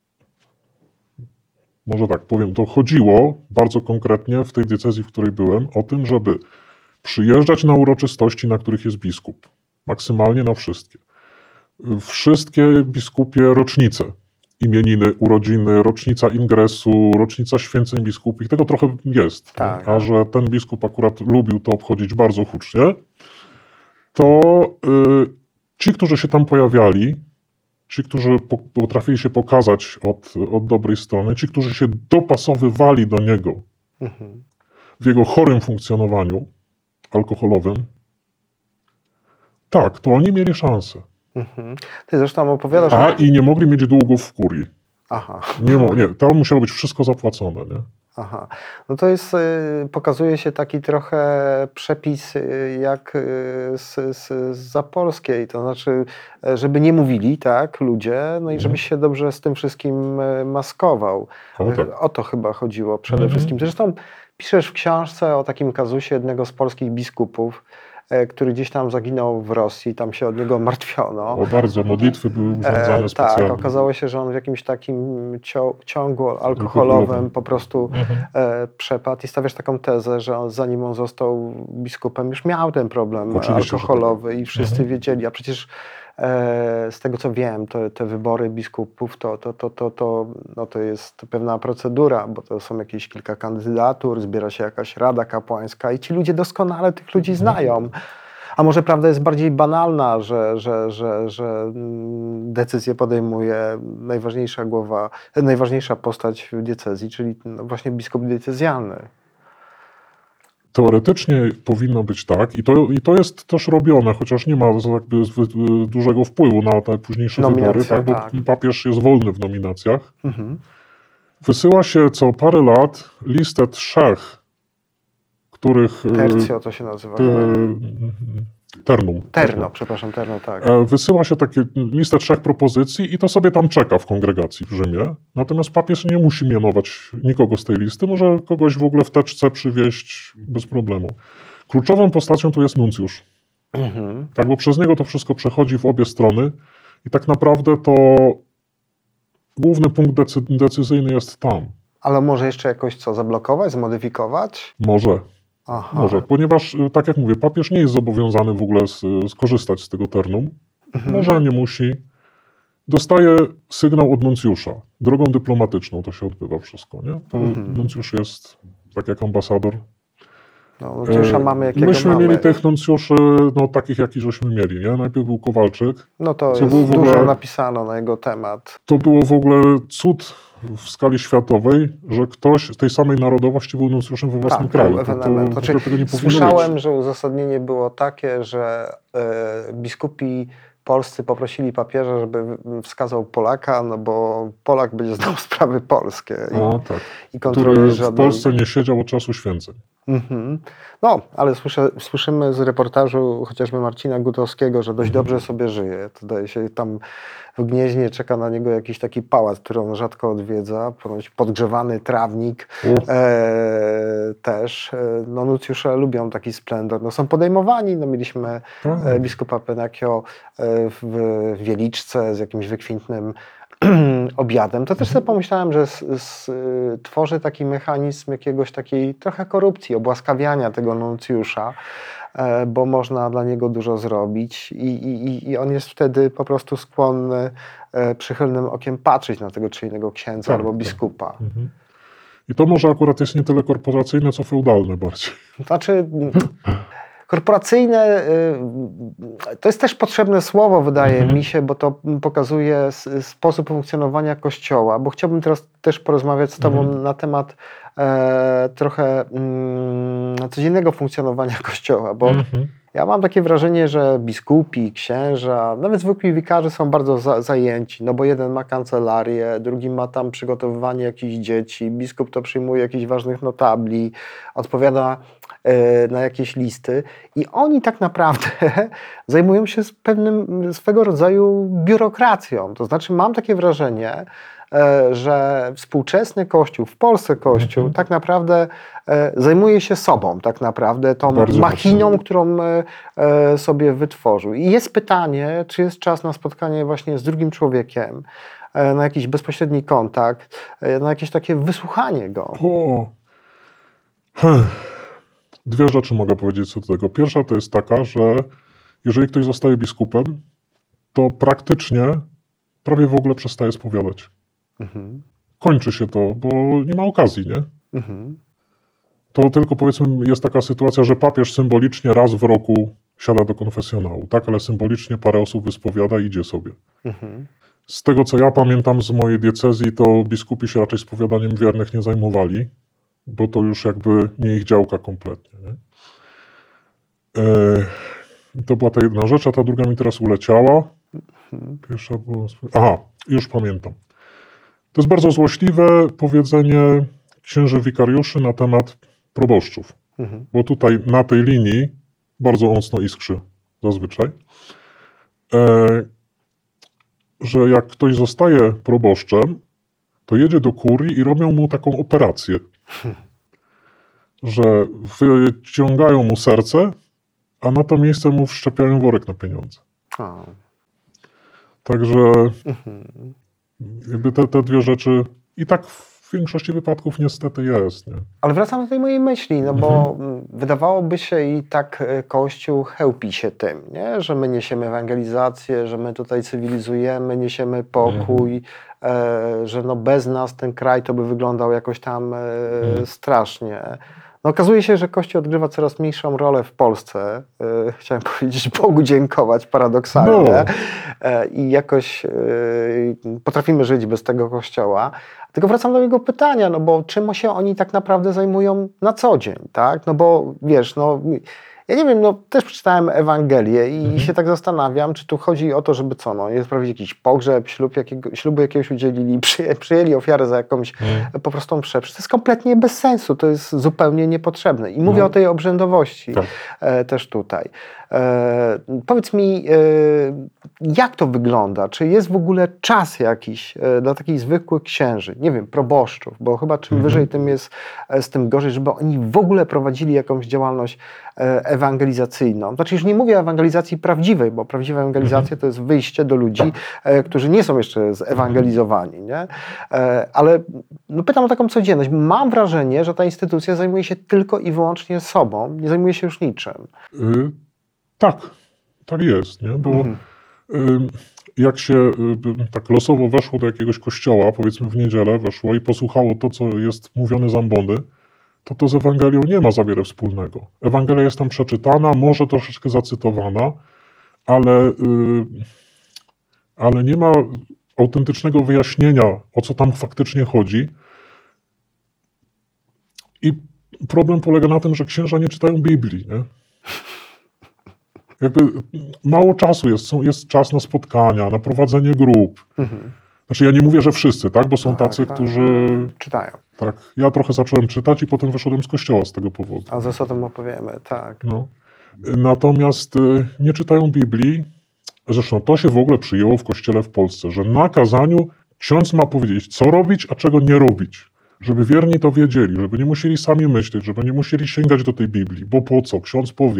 może tak powiem, to chodziło bardzo konkretnie w tej diecezji, w której byłem, o tym, żeby przyjeżdżać na uroczystości, na których jest biskup. Maksymalnie na wszystkie. Wszystkie biskupie rocznice. Imieniny, urodziny, rocznica ingresu, rocznica święceń biskupich. Tego trochę jest. Tak. A że ten biskup akurat lubił to obchodzić bardzo hucznie, to y, ci, którzy się tam pojawiali, ci, którzy po, potrafili się pokazać od, od dobrej strony, ci, którzy się dopasowywali do niego Mhm. w jego chorym funkcjonowaniu alkoholowym, tak, to oni mieli szansę. Mhm. Ty zresztą opowiadasz... A i nie mogli mieć długów w kurii. Aha. Nie, mo- nie, tam musiało być wszystko zapłacone, nie? Aha. No to jest, y, pokazuje się taki trochę przepis y, jak y, z, z, z Zapolskiej, to znaczy, y, żeby nie mówili, tak, ludzie, no i żebyś się dobrze z tym wszystkim y, maskował. O, tak. Y, O to chyba chodziło przede Mhm. wszystkim. Zresztą piszesz w książce o takim kazusie jednego z polskich biskupów, y, który gdzieś tam zaginął w Rosji, tam się od niego martwiono. O bardzo, modlitwy były urządzane E, specjalnie. tak, okazało się, że on w jakimś takim cio- ciągu alkoholowym po prostu Mhm. e, przepadł i stawiasz taką tezę, że on, zanim on został biskupem, już miał ten problem Oczywiście, że alkoholowy tak. i wszyscy Mhm. wiedzieli, a przecież e, z tego co wiem, to, te wybory biskupów to, to, to, to, to, no to jest pewna procedura, bo to są jakieś kilka kandydatur, zbiera się jakaś rada kapłańska i ci ludzie doskonale tych ludzi znają. A może prawda jest bardziej banalna, że, że, że, że decyzję podejmuje najważniejsza głowa, najważniejsza postać w diecezji, czyli no właśnie biskup diecezjalny. Teoretycznie powinno być tak i to, i to jest też robione, chociaż nie ma jakby zbyt dużego wpływu na te późniejsze Nominacja, wybory, tak, bo tak. papież jest wolny w nominacjach. Mhm. Wysyła się co parę lat listę trzech, których... Tercio to się nazywa. Te, ternum. Terno, przepraszam, terno, tak. E, Wysyła się takie listę trzech propozycji i to sobie tam czeka w kongregacji w Rzymie. Natomiast papież nie musi mianować nikogo z tej listy, może kogoś w ogóle w teczce przywieźć bez problemu. Kluczową postacią tu jest nuncjusz. Mhm. Tak, bo przez niego to wszystko przechodzi w obie strony i tak naprawdę to główny punkt decy- decyzyjny jest tam. Ale może jeszcze jakoś co zablokować, zmodyfikować? Może. Aha. Może, ponieważ, tak jak mówię, papież nie jest zobowiązany w ogóle z, skorzystać z tego ternum. Mhm. Może, nie musi. Dostaje sygnał od nuncjusza. Drogą dyplomatyczną to się odbywa wszystko, nie? To Mhm. nuncjusz jest tak jak ambasador. No, nuncjusza mamy jakiego Myśmy mamy. mieli tych nuncjuszy, no takich jakich żeśmy mieli, nie? Najpierw był Kowalczyk. No to co jest, było w ogóle- dużo napisano na jego temat. To było w ogóle cud w skali światowej, że ktoś z tej samej narodowości był nuncjuszem we własnym Tak, kraju. był To, to, ewenement. to, Znaczy, to tego nie powinno słyszałem, być. że uzasadnienie było takie, że e, biskupi polscy poprosili papieża, żeby w- wskazał Polaka, no bo Polak będzie znał sprawy polskie i, A, tak. i Który kontroluje w żadnej... Polsce nie siedział od czasu święceń. Mhm. No, ale słyszę, słyszymy z reportażu chociażby Marcina Gutowskiego, że dość dobrze sobie żyje. Tutaj się tam w Gnieźnie czeka na niego jakiś taki pałac, który on rzadko odwiedza, ponoć podgrzewany trawnik Uf. e, też. E, No, nuncjusze lubią taki splendor. No, są podejmowani. No, mieliśmy Tak. e, biskupa Penakio e, w Wieliczce z jakimś wykwintnym obiadem, to też sobie pomyślałem, że s, s, tworzy taki mechanizm jakiegoś takiej trochę korupcji, obłaskawiania tego nuncjusza, e, bo można dla niego dużo zrobić i, i, i on jest wtedy po prostu skłonny e, przychylnym okiem patrzeć na tego czy innego księdza Tak, albo tak. biskupa. Mhm. I to może akurat jest nie tyle korporacyjne, co feudalne bardziej. Znaczy, korporacyjne y, to jest też potrzebne słowo, wydaje Mhm. mi się, bo to pokazuje s- sposób funkcjonowania Kościoła, bo chciałbym teraz też porozmawiać z Tobą Mhm. na temat e, trochę mm, codziennego funkcjonowania Kościoła, bo Mhm. ja mam takie wrażenie, że biskupi, księża, nawet zwykli wikarze są bardzo za, zajęci, no bo jeden ma kancelarię, drugi ma tam przygotowywanie jakichś dzieci, biskup to przyjmuje jakichś ważnych notabli, odpowiada e, na jakieś listy i oni tak naprawdę zajmują się z pewnym swego rodzaju biurokracją. To znaczy mam takie wrażenie, e, że współczesny Kościół, w Polsce Kościół Mhm. tak naprawdę e, zajmuje się sobą, tak naprawdę tą Bardzo machiną, mocno. którą e, e, sobie wytworzył. I jest pytanie, czy jest czas na spotkanie właśnie z drugim człowiekiem, e, na jakiś bezpośredni kontakt, e, na jakieś takie wysłuchanie go. O. Heh. Dwie rzeczy mogę powiedzieć co do tego. Pierwsza to jest taka, że jeżeli ktoś zostaje biskupem, to praktycznie prawie w ogóle przestaje spowiadać. Mhm. Kończy się to, bo nie ma okazji, nie? Mhm. To tylko powiedzmy jest taka sytuacja, że papież symbolicznie raz w roku siada do konfesjonału, tak? Ale symbolicznie parę osób wyspowiada i idzie sobie. Mhm. Z tego, co ja pamiętam z mojej diecezji, to biskupi się raczej spowiadaniem wiernych nie zajmowali, bo to już jakby nie ich działka kompletnie. Nie? E, to była ta jedna rzecz, a ta druga mi teraz uleciała. Pierwsza była... Aha, już pamiętam. To jest bardzo złośliwe powiedzenie księży wikariuszy na temat proboszczów, Mhm. bo tutaj na tej linii bardzo mocno iskrzy zazwyczaj, e, że jak ktoś zostaje proboszczem, to jedzie do kurii i robią mu taką operację, że wyciągają mu serce, a na to miejsce mu wszczepiają worek na pieniądze. A. Także Mhm. jakby te, te dwie rzeczy i tak w większości wypadków niestety jest. Nie? Ale wracam do tej mojej myśli, no bo Mhm. wydawałoby się i tak e, Kościół chełpi się tym, nie? Że my niesiemy ewangelizację, że my tutaj cywilizujemy, niesiemy pokój, e, że no bez nas ten kraj to by wyglądał jakoś tam e, Mhm. strasznie. No okazuje się, że Kościół odgrywa coraz mniejszą rolę w Polsce. E, chciałem powiedzieć Bogu dziękować paradoksalnie. No. E, I jakoś e, potrafimy żyć bez tego Kościoła. Tylko wracam do jego pytania, no bo czym się oni tak naprawdę zajmują na co dzień, tak? No bo wiesz, no ja nie wiem, no też przeczytałem Ewangelię i Mhm. się tak zastanawiam, czy tu chodzi o to, żeby co, no nie sprawić jakiś pogrzeb, ślub jakiego, ślubu jakiegoś udzielili, przyję, przyjęli ofiarę za jakąś Mhm. po prostą mszę. To jest kompletnie bez sensu, to jest zupełnie niepotrzebne. I mówię No. o tej obrzędowości Tak. e, też tutaj. E, powiedz mi, e, jak to wygląda? Czy jest w ogóle czas jakiś e, dla takich zwykłych księży, nie wiem, proboszczów, bo chyba czym Mhm. wyżej, tym jest e, z tym gorzej, żeby oni w ogóle prowadzili jakąś działalność e, ewangelizacyjną. Znaczy już nie mówię o ewangelizacji prawdziwej, bo prawdziwa ewangelizacja to jest wyjście do ludzi, e, którzy nie są jeszcze zewangelizowani, nie? E, ale no, pytam o taką codzienność. Mam wrażenie, że ta instytucja zajmuje się tylko i wyłącznie sobą, nie zajmuje się już niczym. Y, tak, tak jest, nie? Bo Mhm. y, jak się y, tak losowo weszło do jakiegoś kościoła, powiedzmy w niedzielę weszło i posłuchało to, co jest mówione z ambony, to to z Ewangelią nie ma za wiele wspólnego. Ewangelia jest tam przeczytana, może troszeczkę zacytowana, ale, y, ale nie ma autentycznego wyjaśnienia, o co tam faktycznie chodzi. I problem polega na tym, że księża nie czytają Biblii, nie? Jakby mało czasu jest, są, jest czas na spotkania, na prowadzenie grup. Mhm. Znaczy ja nie mówię, że wszyscy, tak? Bo są Tak, tacy, tak. którzy... Czytają. Tak, ja trochę zacząłem czytać i potem wyszedłem z kościoła z tego powodu. A zaraz o tym opowiemy, tak. No. Natomiast y, nie czytają Biblii. Zresztą to się w ogóle przyjęło w kościele w Polsce, że na kazaniu ksiądz ma powiedzieć, co robić, a czego nie robić. Żeby wierni to wiedzieli, żeby nie musieli sami myśleć, żeby nie musieli sięgać do tej Biblii. Bo po co? Ksiądz powie.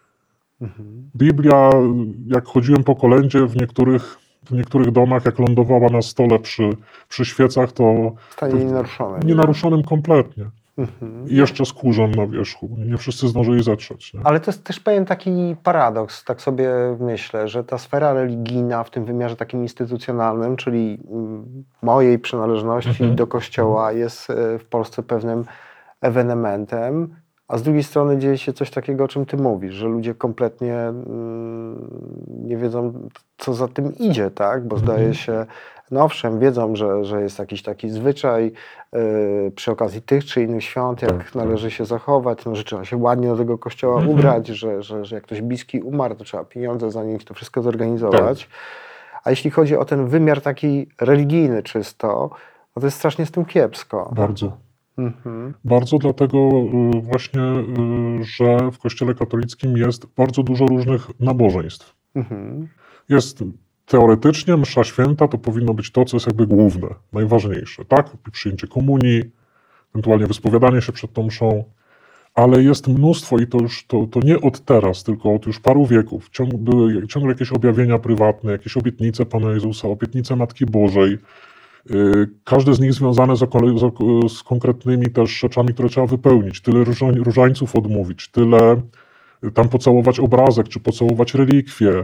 Mhm. Biblia, jak chodziłem po kolędzie w niektórych, w niektórych domach, jak lądowała na stole przy, przy świecach, to Stanie nienaruszone. nienaruszonym kompletnie. Mhm. I jeszcze z kurzem na wierzchu. Nie wszyscy zdążyli zetrzeć. Nie? Ale to jest też pewien taki paradoks, tak sobie myślę, że ta sfera religijna w tym wymiarze takim instytucjonalnym, czyli mm, mojej przynależności Mhm. do kościoła, jest e, w Polsce pewnym ewenementem, a z drugiej strony dzieje się coś takiego, o czym ty mówisz, że ludzie kompletnie mm, nie wiedzą, co za tym idzie, tak? Bo Mhm. zdaje się, no owszem, wiedzą, że, że jest jakiś taki zwyczaj yy, przy okazji tych czy innych świąt, jak Tak, tak. należy się zachować, no, że trzeba się ładnie do tego kościoła Mhm. ubrać, że, że, że jak ktoś bliski umarł, to trzeba pieniądze za nim to wszystko zorganizować. Tak. A jeśli chodzi o ten wymiar taki religijny czysto, no to jest strasznie z tym kiepsko. Bardzo. Mhm. Bardzo dlatego y, właśnie, y, że w Kościele katolickim jest bardzo dużo różnych nabożeństw. Mhm. Jest teoretycznie msza święta, to powinno być to, co jest jakby główne, najważniejsze, tak? Przyjęcie komunii, ewentualnie wyspowiadanie się przed tą mszą, ale jest mnóstwo i to już to, to nie od teraz, tylko od już paru wieków. Ciąg, były ciągle jakieś objawienia prywatne, jakieś obietnice Pana Jezusa, obietnice Matki Bożej. Yy, każde z nich związane z, okole- z, ok- z konkretnymi też rzeczami, które trzeba wypełnić. Tyle różań, różańców odmówić, tyle y, tam pocałować obrazek, czy pocałować relikwie.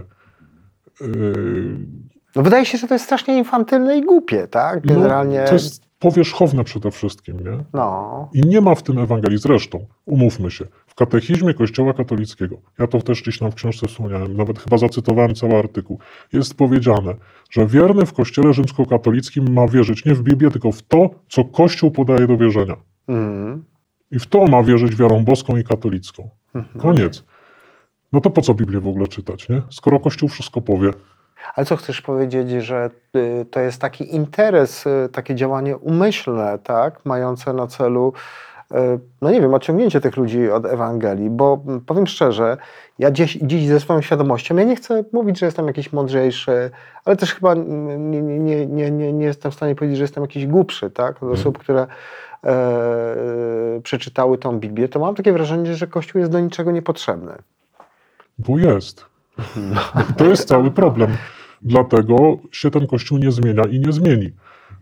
Yy, No wydaje się, że to jest strasznie infantylne i głupie, tak? Generalnie, No, to jest powierzchowne przede wszystkim, nie? no, I nie ma w tym Ewangelii. Zresztą, umówmy się, w katechizmie Kościoła katolickiego, ja to też gdzieś tam w książce wspomniałem, nawet chyba zacytowałem cały artykuł, jest powiedziane, że wierny w Kościele rzymskokatolickim ma wierzyć nie w Biblię, tylko w to, co Kościół podaje do wierzenia. mm, I w to ma wierzyć wiarą boską i katolicką. mhm. Koniec. No to po co Biblię w ogóle czytać, nie? Skoro Kościół wszystko powie. Ale co chcesz powiedzieć, że y, to jest taki interes, y, takie działanie umyślne, tak? Mające na celu, y, no nie wiem, odciągnięcie tych ludzi od Ewangelii, bo mm, powiem szczerze, ja dziś, dziś ze swoją świadomością, ja nie chcę mówić, że jestem jakiś mądrzejszy, ale też chyba mm, nie, nie, nie, nie, nie, nie jestem w stanie powiedzieć, że jestem jakiś głupszy, tak? Od osób, które e, e, przeczytały tą Biblię, to mam takie wrażenie, że Kościół jest do niczego niepotrzebny. Bo jest. To jest cały problem. Dlatego się ten Kościół nie zmienia i nie zmieni.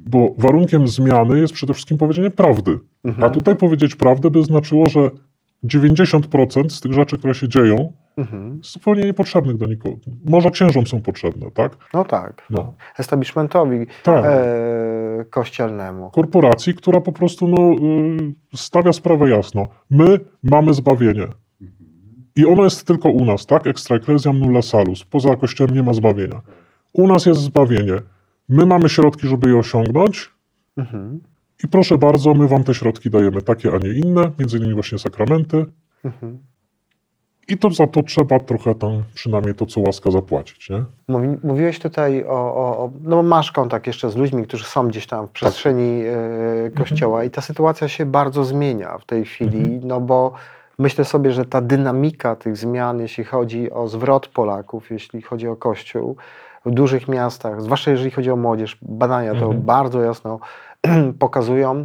Bo warunkiem zmiany jest przede wszystkim powiedzenie prawdy. Mhm. A tutaj powiedzieć prawdę by znaczyło, że dziewięćdziesiąt procent z tych rzeczy, które się dzieją, Mhm. jest zupełnie niepotrzebnych do nikogo. Może księżom są potrzebne, tak? No tak. No. Establishmentowi Tak. e, kościelnemu. Korporacji, która po prostu no, y, stawia sprawę jasno. My mamy zbawienie. I ono jest tylko u nas, tak? Extra ecclesiam nulla salus. Poza Kościołem nie ma zbawienia. U nas jest zbawienie. My mamy środki, żeby je osiągnąć Mhm. i proszę bardzo, my wam te środki dajemy, takie, a nie inne, między innymi właśnie sakramenty. Mhm. I to za to trzeba trochę tam, przynajmniej to, co łaska, zapłacić, nie? Mówi, mówiłeś tutaj o, o, o... No masz kontakt jeszcze z ludźmi, którzy są gdzieś tam w przestrzeni e, Kościoła i ta sytuacja się bardzo zmienia w tej chwili, no bo myślę sobie, że ta dynamika tych zmian, jeśli chodzi o zwrot Polaków, jeśli chodzi o Kościół w dużych miastach, zwłaszcza jeżeli chodzi o młodzież, badania to Mhm. bardzo jasno pokazują,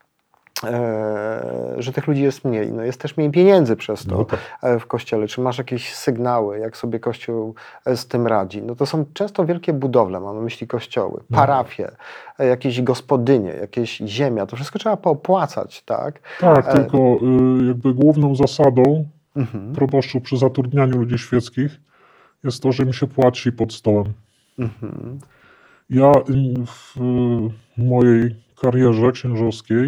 e, że tych ludzi jest mniej. No jest też mniej pieniędzy przez to No tak. e, w Kościele. Czy masz jakieś sygnały, jak sobie Kościół e, z tym radzi? No to są często wielkie budowle, mam na myśli kościoły, No. parafie, e, jakieś gospodynie, jakieś ziemia. To wszystko trzeba poopłacać, tak? Tak, E, tylko y, jakby główną zasadą Mhm. proboszczów przy zatrudnianiu ludzi świeckich jest to, że im się płaci pod stołem. Mhm. Ja y, w y, mojej karierze księżowskiej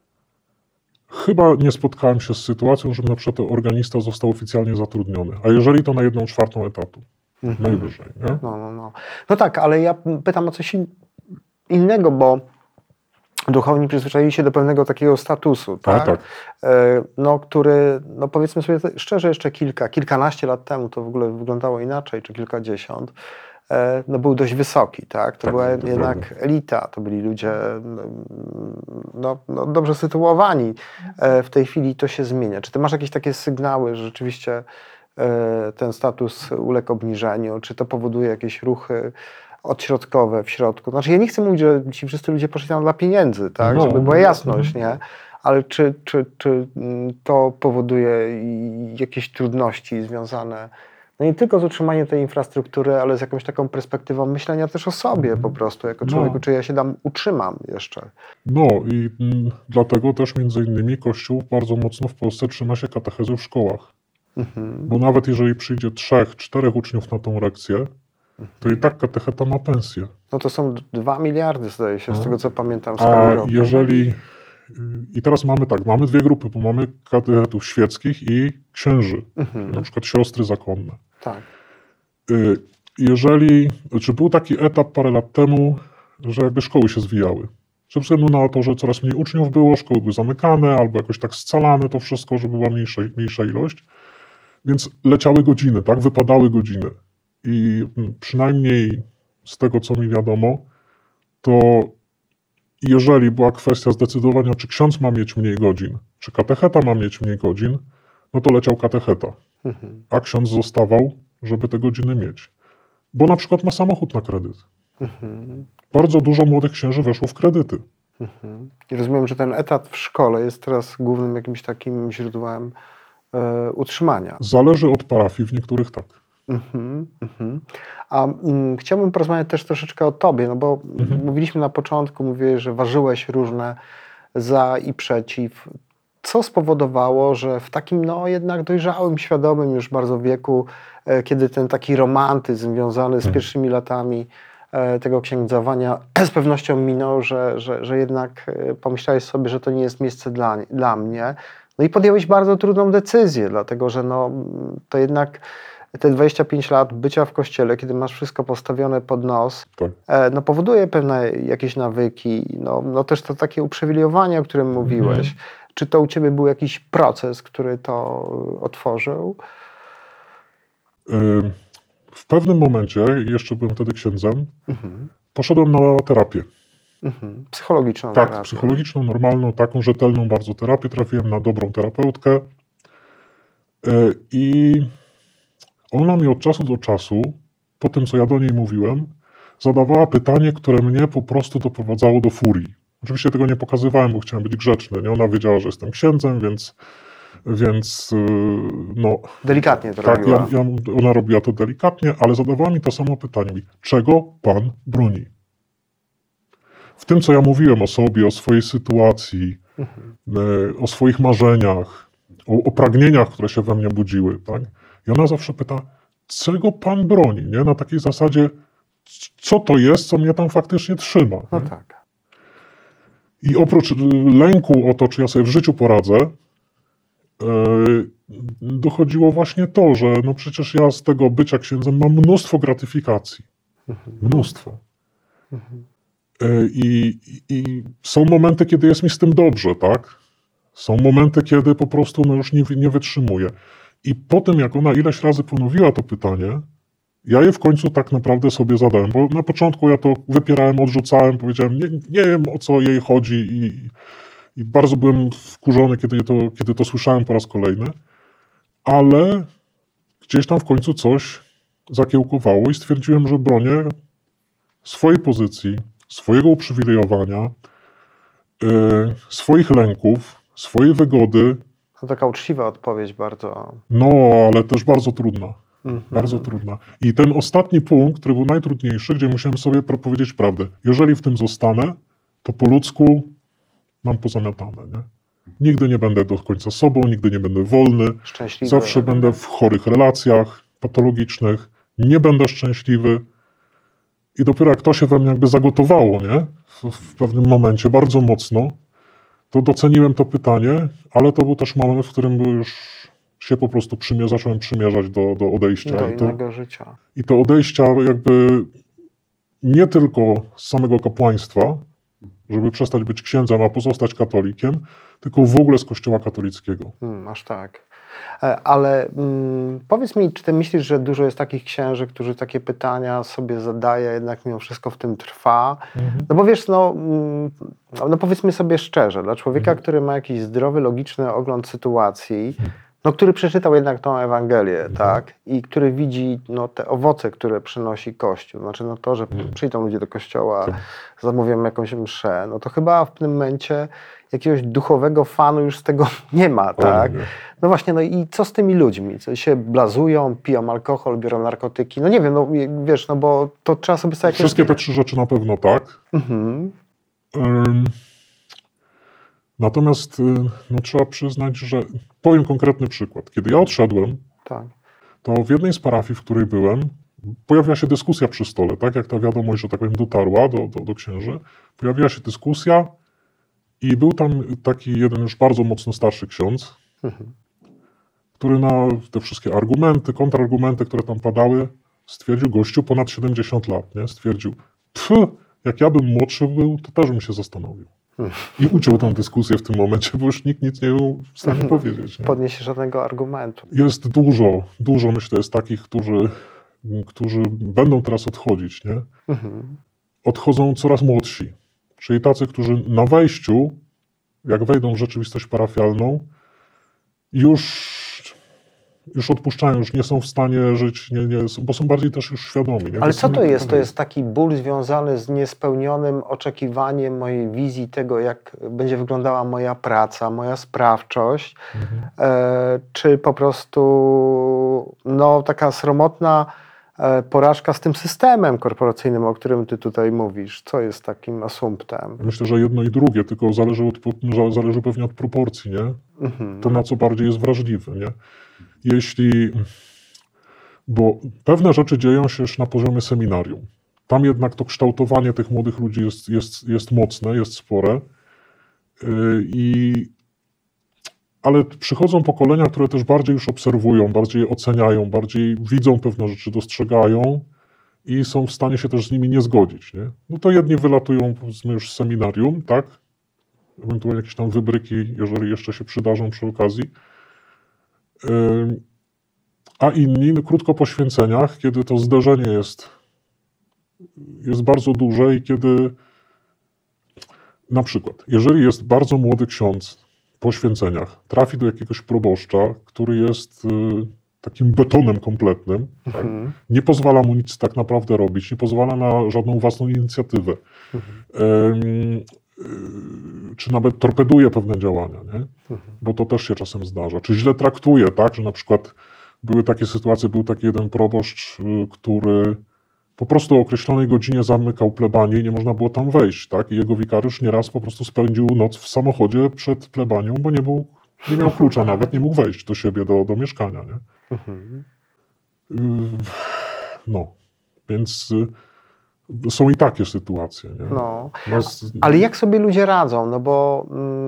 chyba nie spotkałem się z sytuacją, że na przykład organista został oficjalnie zatrudniony. A jeżeli to na jedną czwartą etatu, Mhm. najwyżej, nie? No, no, no. No tak, ale ja pytam o coś in, innego, bo duchowni przyzwyczaili się do pewnego takiego statusu, tak? tak. E, no, który, no powiedzmy sobie szczerze, jeszcze kilka, kilkanaście lat temu to w ogóle wyglądało inaczej, czy kilkadziesiąt. E, no był dość wysoki, tak? To Tak, była to jednak prawda. elita, to byli ludzie no, no, dobrze sytuowani. E, w tej chwili to się zmienia. Czy ty masz jakieś takie sygnały, że rzeczywiście e, ten status uległ obniżeniu? Czy to powoduje jakieś ruchy odśrodkowe w środku? Znaczy ja nie chcę mówić, że ci wszyscy ludzie poszli tam dla pieniędzy, tak? No, Żeby była no, jasność, no. nie? Ale czy, czy, czy mm, to powoduje i- jakieś trudności związane no nie tylko z utrzymaniem tej infrastruktury, ale z jakąś taką perspektywą myślenia też o sobie po prostu, jako No. człowieku, czy ja się tam utrzymam jeszcze. No i mm, dlatego też między innymi Kościół bardzo mocno w Polsce trzyma się katechezy w szkołach. Mhm. Bo nawet jeżeli przyjdzie trzech, czterech uczniów na tą lekcję, to i tak katecheta ma pensję. No to są dwa miliardy, zdaje się, z No. tego co pamiętam z A tego roku. jeżeli... I teraz mamy tak, mamy dwie grupy, bo mamy katechetów świeckich i księży, Mhm. na przykład siostry zakonne. Tak. Y, Jeżeli, znaczy był taki etap parę lat temu, że jakby szkoły się zwijały. Ze względu na to, że coraz mniej uczniów było, szkoły były zamykane albo jakoś tak scalane to wszystko, żeby była mniejsza, mniejsza ilość. Więc leciały godziny, tak? Wypadały godziny. I mm, przynajmniej z tego, co mi wiadomo, to jeżeli była kwestia zdecydowania, czy ksiądz ma mieć mniej godzin, czy katecheta ma mieć mniej godzin, no to leciał katecheta, Mhm. a ksiądz zostawał, żeby te godziny mieć. Bo na przykład ma samochód na kredyt. Mhm. Bardzo dużo młodych księży weszło w kredyty. Mhm. I rozumiem, że ten etat w szkole jest teraz głównym jakimś takim źródłem e, utrzymania. Zależy od parafii, w niektórych tak. Mhm, mhm. A mm, chciałbym porozmawiać też troszeczkę o tobie, no bo Mhm. mówiliśmy na początku, mówiłeś, że ważyłeś różne za i przeciw. Co spowodowało, że w takim no jednak dojrzałym, świadomym już bardzo wieku, e, kiedy ten taki romantyzm związany z Mhm. pierwszymi latami e, tego księdzowania z pewnością minął, że, że, że jednak e, pomyślałeś sobie, że to nie jest miejsce dla, dla mnie. No i podjąłeś bardzo trudną decyzję, dlatego że no, to jednak te dwadzieścia pięć lat bycia w kościele, kiedy masz wszystko postawione pod nos, Tak. e, no powoduje pewne jakieś nawyki, no, no też to takie uprzywilejowanie, o którym mówiłeś. Czy to u ciebie był jakiś proces, który to otworzył? Ym, W pewnym momencie, jeszcze byłem wtedy księdzem, Mhm. poszedłem na terapię. Mhm. Psychologiczną Tak, terapię. psychologiczną, normalną, taką rzetelną bardzo terapię. Trafiłem na dobrą terapeutkę. Yy, I ona mi od czasu do czasu, po tym co ja do niej mówiłem, zadawała pytanie, które mnie po prostu doprowadzało do furii. Oczywiście tego nie pokazywałem, bo chciałem być grzeczny. Nie? Ona wiedziała, że jestem księdzem, więc, więc yy, no, Delikatnie to tak, robiła. ja, ja, ona robiła to delikatnie, ale zadawała mi to samo pytanie. Mówi, czego pan broni? w tym, co ja mówiłem o sobie, o swojej sytuacji, Mhm. e, o swoich marzeniach, o, o pragnieniach, które się we mnie budziły, tak? I ona zawsze pyta, czego pan broni, nie? Na takiej zasadzie, c- co to jest, co mnie tam faktycznie trzyma. No nie? tak. I oprócz y, lęku o to, czy ja sobie w życiu poradzę, e, dochodziło właśnie to, że no przecież ja z tego bycia księdzem mam mnóstwo gratyfikacji. Mnóstwo. Mhm. E, I, I są momenty, kiedy jest mi z tym dobrze, tak? Są momenty, kiedy po prostu no już nie, nie wytrzymuję. I po tym, jak ona ileś razy ponowiła to pytanie, ja je w końcu tak naprawdę sobie zadałem, bo na początku ja to wypierałem, odrzucałem, powiedziałem, nie, nie wiem, o co jej chodzi i, i bardzo byłem wkurzony, kiedy to, kiedy to słyszałem po raz kolejny, ale gdzieś tam w końcu coś zakiełkowało i stwierdziłem, że bronię swojej pozycji, swojego uprzywilejowania, yy, swoich lęków, swojej wygody, To taka uczciwa odpowiedź bardzo. no ale też bardzo trudna. Mhm. Bardzo trudna. I ten ostatni punkt, który był najtrudniejszy, gdzie musiałem sobie pro- powiedzieć prawdę. Jeżeli w tym zostanę, to po ludzku mam pozamiatane. Nie? Nigdy nie będę do końca sobą, nigdy nie będę wolny. Szczęśliwy. Zawsze będę w chorych relacjach patologicznych. Nie będę szczęśliwy. I dopiero jak to się we mnie jakby zagotowało, nie? W, w pewnym momencie, bardzo mocno, to doceniłem to pytanie, ale to był też moment, w którym już się po prostu przymie- zacząłem przymierzać do, do odejścia. Do I to, innego życia. I to odejścia jakby nie tylko z samego kapłaństwa, żeby przestać być księdzem, a pozostać katolikiem, tylko w ogóle z kościoła katolickiego. Hmm, aż tak. E, Ale mm, powiedz mi, czy ty myślisz, że dużo jest takich księży, którzy takie pytania sobie zadaje, jednak mimo wszystko w tym trwa? No bo wiesz, no, mm, no powiedzmy sobie szczerze, dla człowieka, który ma jakiś zdrowy, logiczny ogląd sytuacji, no, który przeczytał jednak tą Ewangelię, tak, i który widzi no, te owoce, które przynosi Kościół, znaczy no to, że przyjdą ludzie do kościoła, zamówią jakąś mszę, no to chyba w tym momencie jakiegoś duchowego fanu już z tego nie ma, tak? nie. No właśnie, no i co z tymi ludźmi? Co się blazują, piją alkohol, biorą narkotyki? No nie wiem, no wiesz, no bo to trzeba sobie sobie jakieś... Wszystkie te trzy rzeczy na pewno tak. Mhm. Ym, Natomiast y, no, trzeba przyznać, że powiem konkretny przykład. Kiedy ja odszedłem, Tak. to w jednej z parafii, w której byłem, pojawiła się dyskusja przy stole, tak jak ta wiadomość, że tak powiem, dotarła do, do, do księży. Pojawiła się dyskusja i był tam taki jeden już bardzo mocno starszy ksiądz, Mhm. który na te wszystkie argumenty, kontrargumenty, które tam padały, stwierdził, gościu ponad siedemdziesiąt lat, nie? Stwierdził, pff, jak ja bym młodszy był, to też bym się zastanowił. I uciął tę dyskusję w tym momencie, bo już nikt nic nie był w stanie powiedzieć. Nie? Podniesie żadnego argumentu. Jest dużo, dużo myślę jest takich, którzy, którzy będą teraz odchodzić, nie? Mhm. Odchodzą coraz młodsi. Czyli tacy, którzy na wejściu, jak wejdą w rzeczywistość parafialną, już, już odpuszczają, już nie są w stanie żyć, nie, nie, bo są bardziej też już świadomi. Nie? Ale co to jest? To tak jest taki ból związany z niespełnionym oczekiwaniem mojej wizji tego, jak będzie wyglądała moja praca, moja sprawczość, e, czy po prostu no, taka sromotna e, porażka z tym systemem korporacyjnym, o którym ty tutaj mówisz. Co jest takim asumptem? Myślę, że jedno i drugie, tylko zależy, od, zależy pewnie od proporcji, nie? Mhm. To na co bardziej jest wrażliwy, nie? Jeśli, bo pewne rzeczy dzieją się już na poziomie seminarium. Tam jednak to kształtowanie tych młodych ludzi jest, jest, jest mocne, jest spore. Yy, I, ale przychodzą pokolenia, które też bardziej już obserwują, bardziej oceniają, bardziej widzą pewne rzeczy, dostrzegają i są w stanie się też z nimi nie zgodzić. Nie? No to jedni wylatują powiedzmy już z seminarium, tak? Ewentualnie jakieś tam wybryki, jeżeli jeszcze się przydarzą przy okazji. Yy, a inni no, krótko po święceniach, kiedy to zderzenie jest, jest bardzo duże i kiedy na przykład, jeżeli jest bardzo młody ksiądz po święceniach, trafi do jakiegoś proboszcza, który jest yy, takim betonem kompletnym, tak? Mhm. Nie pozwala mu nic tak naprawdę robić, nie pozwala na żadną własną inicjatywę. Mhm. Yy, czy nawet torpeduje pewne działania, nie? Bo to też się czasem zdarza. Czy źle traktuje, tak? Że na przykład były takie sytuacje, był taki jeden proboszcz, który po prostu o określonej godzinie zamykał plebanię i nie można było tam wejść, tak? I jego wikariusz nieraz po prostu spędził noc w samochodzie przed plebanią, bo nie był, nie miał klucza nawet, nie mógł wejść do siebie, do, do mieszkania, nie? Mhm. No, więc są i takie sytuacje, nie? No. Nas... Ale jak sobie ludzie radzą? No bo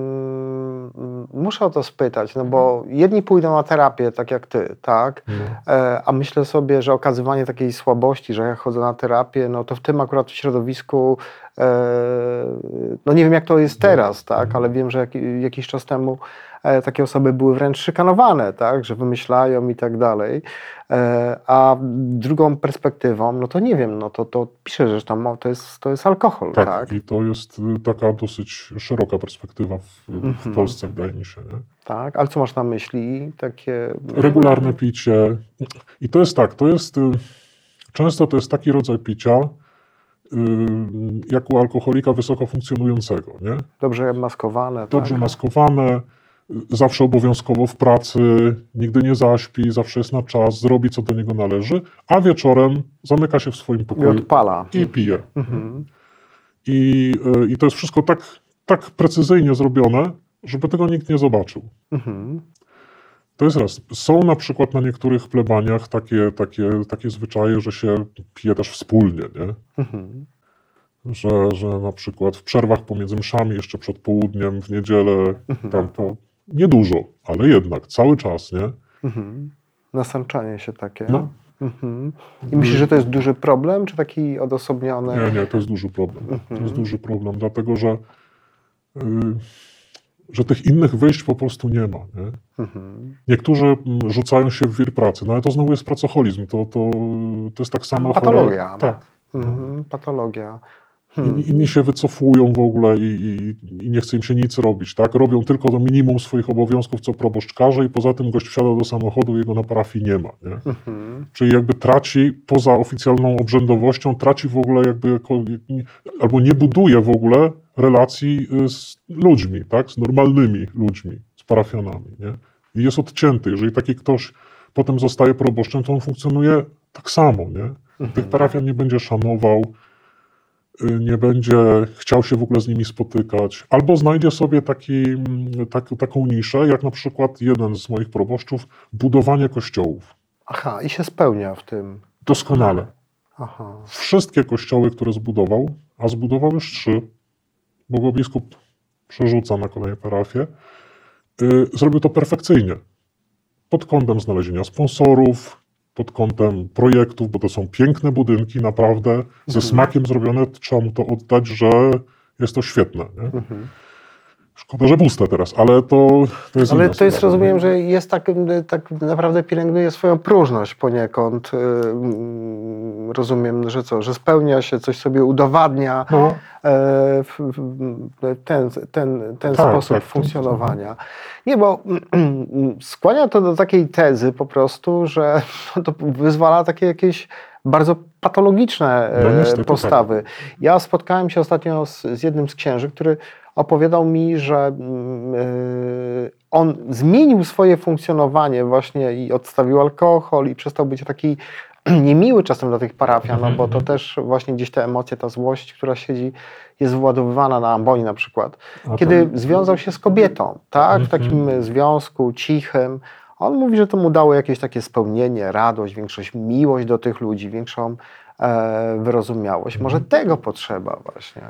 mm, muszę o to spytać, no bo jedni pójdą na terapię, tak jak ty, tak? No. E, a myślę sobie, że okazywanie takiej słabości, że ja chodzę na terapię, no to w tym akurat środowisku, e, no nie wiem jak to jest teraz, tak? Ale wiem, że jak, jakiś czas temu e, takie osoby były wręcz szykanowane, tak? Że wymyślają i tak dalej. E, a drugą perspektywą, no to nie wiem, no to, to pisze, że tam to jest, to jest alkohol, tak, tak? i to jest taka dosyć szeroka perspektywa w, w Mhm. Polsce, wydaje mi się, nie? Tak, ale co masz na myśli? Takie... Regularne picie. I to jest tak, to jest, często to jest taki rodzaj picia, jak u alkoholika wysoko funkcjonującego, nie? Dobrze maskowane. Dobrze tak? maskowane, zawsze obowiązkowo w pracy, nigdy nie zaśpi, zawsze jest na czas, zrobi co do niego należy, a wieczorem zamyka się w swoim I pokoju odpala. i pije. Mhm. I, I to jest wszystko tak, tak precyzyjnie zrobione, żeby tego nikt nie zobaczył. Mhm. To jest raz. Są na przykład na niektórych plebaniach takie, takie, takie zwyczaje, że się pije też wspólnie, nie? Mhm. Że, że na przykład w przerwach pomiędzy mszami, jeszcze przed południem, w niedzielę, tam to niedużo, ale jednak cały czas, nie? Mhm. Nasączanie się takie. No. Mhm. I myślisz, że to jest duży problem, czy taki odosobniony? Nie, nie, to jest duży problem. To jest duży problem, dlatego że, yy, że tych innych wyjść po prostu nie ma, nie? Mhm. Niektórzy mm, rzucają się w wir pracy, no ale to znowu jest pracoholizm, to, to, to jest tak samo... Patologia. chora- Tak. Mhm. Patologia. Inni, inni się wycofują w ogóle i, i, i nie chce im się nic robić, tak? Robią tylko do minimum swoich obowiązków, co proboszcz każe i poza tym gość wsiada do samochodu, jego na parafii nie ma, nie? Mhm. Czyli jakby traci, poza oficjalną obrzędowością, traci w ogóle jakby, jako, albo nie buduje w ogóle relacji z ludźmi, tak? Z normalnymi ludźmi, z parafianami, nie? I jest odcięty. Jeżeli taki ktoś potem zostaje proboszczem, to on funkcjonuje tak samo, nie? Tych parafian nie będzie szanował, nie będzie chciał się w ogóle z nimi spotykać, albo znajdzie sobie taki, tak, taką niszę, jak na przykład jeden z moich proboszczów, budowanie kościołów. Aha, i się spełnia w tym. Doskonale. Aha. Wszystkie kościoły, które zbudował, a zbudował już trzy, bo go biskup przerzuca na kolejne parafie, yy, zrobił to perfekcyjnie. Pod kątem znalezienia sponsorów, pod kątem projektów, bo to są piękne budynki, naprawdę, ze smakiem zrobione, trzeba mu to oddać, że jest to świetne. Nie? Mhm. Szkoda, że puste teraz, ale to, to jest Ale inna to jest, sprawa, rozumiem, nie? że jest tak, tak naprawdę pielęgnuje swoją próżność poniekąd. Yy, rozumiem, że co, że spełnia się, coś sobie udowadnia, No. e, w, w, ten, ten, ten Tak, sposób tak, to- funkcjonowania. Nie, bo skłania to do takiej tezy po prostu, że to wyzwala takie jakieś bardzo patologiczne e, No niestety postawy. Ja spotkałem się ostatnio z, z jednym z księży, który opowiadał mi, że mm, y, on zmienił swoje funkcjonowanie właśnie i odstawił alkohol i przestał być taki niemiły czasem dla tych parafian, no bo to też właśnie gdzieś te emocje, ta złość, która siedzi, jest wyładowywana na amboni na przykład. A Kiedy to- związał się z kobietą, tak, w takim związku cichym, on mówi, że to mu dało jakieś takie spełnienie, radość, większość miłość do tych ludzi, większą e, wyrozumiałość. Może tego potrzeba właśnie.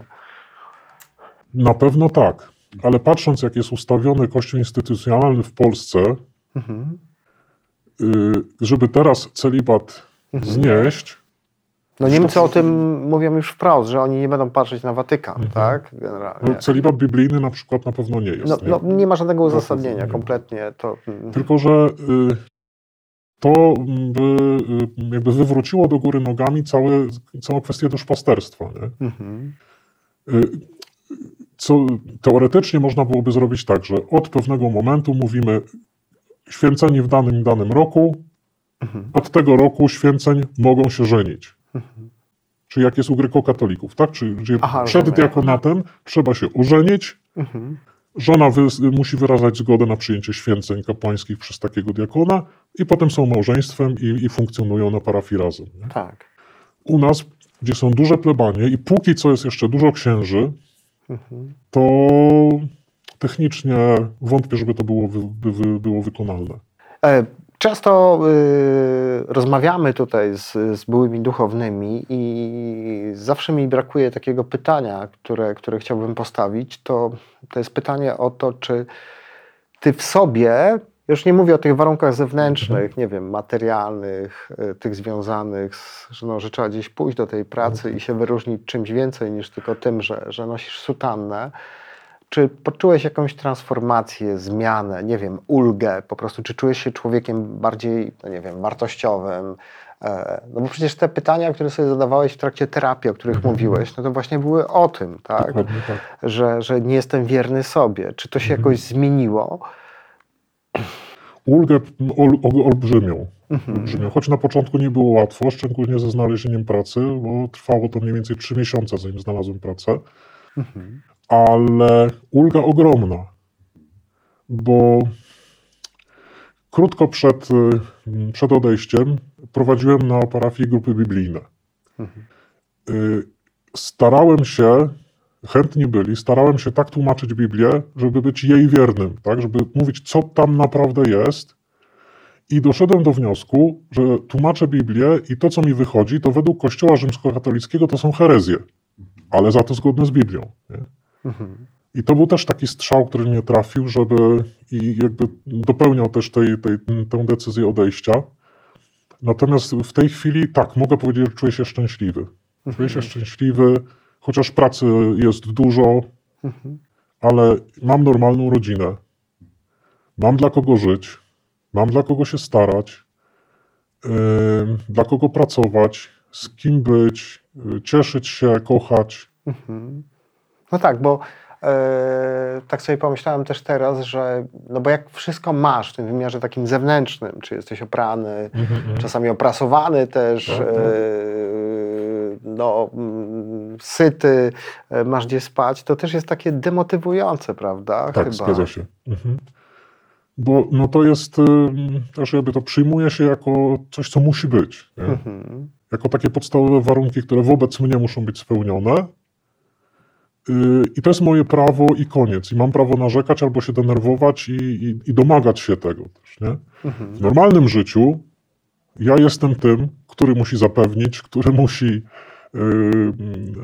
Na pewno tak, ale patrząc, jak jest ustawiony kościół instytucjonalny w Polsce, Mhm. y, żeby teraz celibat znieść, No Niemcy o tym mówią już wprost, że oni nie będą patrzeć na Watykan, tak? Generalnie. no, celibat biblijny na przykład na pewno nie jest. No, nie? no, nie ma żadnego uzasadnienia, nie. kompletnie to... Tylko, że y, to by y, jakby wywróciło do góry nogami całe, całą kwestię duszpasterstwa. Nie? Mhm. Y, co teoretycznie można byłoby zrobić tak, że od pewnego momentu mówimy święceni w danym i danym roku, Mhm. od tego roku święceń mogą się żenić. Czyli jak jest u grekokatolików, tak? Czyli gdzie Aha, przed rozumiem. diakonatem trzeba się ożenić, Mhm. żona wy, musi wyrażać zgodę na przyjęcie święceń kapłańskich przez takiego diakona i potem są małżeństwem i, i funkcjonują na parafii razem. Nie? Tak. u nas, gdzie są duże plebanie i póki co jest jeszcze dużo księży, Mhm. to technicznie wątpię, żeby to było, wy, by, wy, było wykonalne. E, Często y, rozmawiamy tutaj z, z byłymi duchownymi i zawsze mi brakuje takiego pytania, które, które chciałbym postawić. To, to jest pytanie o to, czy ty w sobie, już nie mówię o tych warunkach zewnętrznych, nie wiem, materialnych, y, tych związanych z, że, no, że trzeba gdzieś pójść do tej pracy i się wyróżnić czymś więcej niż tylko tym, że, że nosisz sutannę. Czy poczułeś jakąś transformację, zmianę, nie wiem, ulgę po prostu? Czy czułeś się człowiekiem bardziej, no nie wiem, wartościowym? No bo przecież te pytania, które sobie zadawałeś w trakcie terapii, o których mówiłeś, no to właśnie były o tym, tak? Dokładnie tak. Że, że nie jestem wierny sobie. Czy to się jakoś zmieniło? Ulgę ol, ol, olbrzymią. olbrzymią. Choć na początku nie było łatwo, szczególnie ze znalezieniem pracy, bo trwało to mniej więcej trzy miesiące, zanim znalazłem pracę. Mhm. Ale ulga ogromna, bo krótko przed, przed odejściem prowadziłem na parafii grupy biblijne. Mhm. Starałem się, chętni byli, starałem się tak tłumaczyć Biblię, żeby być jej wiernym, tak, żeby mówić, co tam naprawdę jest. I doszedłem do wniosku, że tłumaczę Biblię i to, co mi wychodzi, to według Kościoła rzymskokatolickiego to są herezje, ale za to zgodne z Biblią. Nie? Mhm. I to był też taki strzał, który mnie trafił, żeby i jakby dopełniał też tej, tej, tę decyzję odejścia. Natomiast w tej chwili tak, mogę powiedzieć, że czuję się szczęśliwy. Czuję się szczęśliwy, chociaż pracy jest dużo, Mhm. ale mam normalną rodzinę. Mam dla kogo żyć, mam dla kogo się starać, yy, dla kogo pracować, z kim być, yy, cieszyć się, kochać. Mhm. No tak, bo e, tak sobie pomyślałem też teraz, że no bo jak wszystko masz w tym wymiarze takim zewnętrznym, czy jesteś oprany, Mhm. czasami oprasowany też, Tak, e, tak. no, mm, syty, e, masz gdzie spać, to też jest takie demotywujące, prawda? Tak, Chyba. zgadza się. Mhm. Bo no to jest, y, też jakby to przyjmuje się jako coś, co musi być. Nie? Mhm. Jako takie podstawowe warunki, które wobec mnie muszą być spełnione. Y, I to jest moje prawo i koniec. I mam prawo narzekać albo się denerwować i, i, i domagać się tego też. Nie? Mhm. W normalnym życiu ja jestem tym, który musi zapewnić, który musi y, y,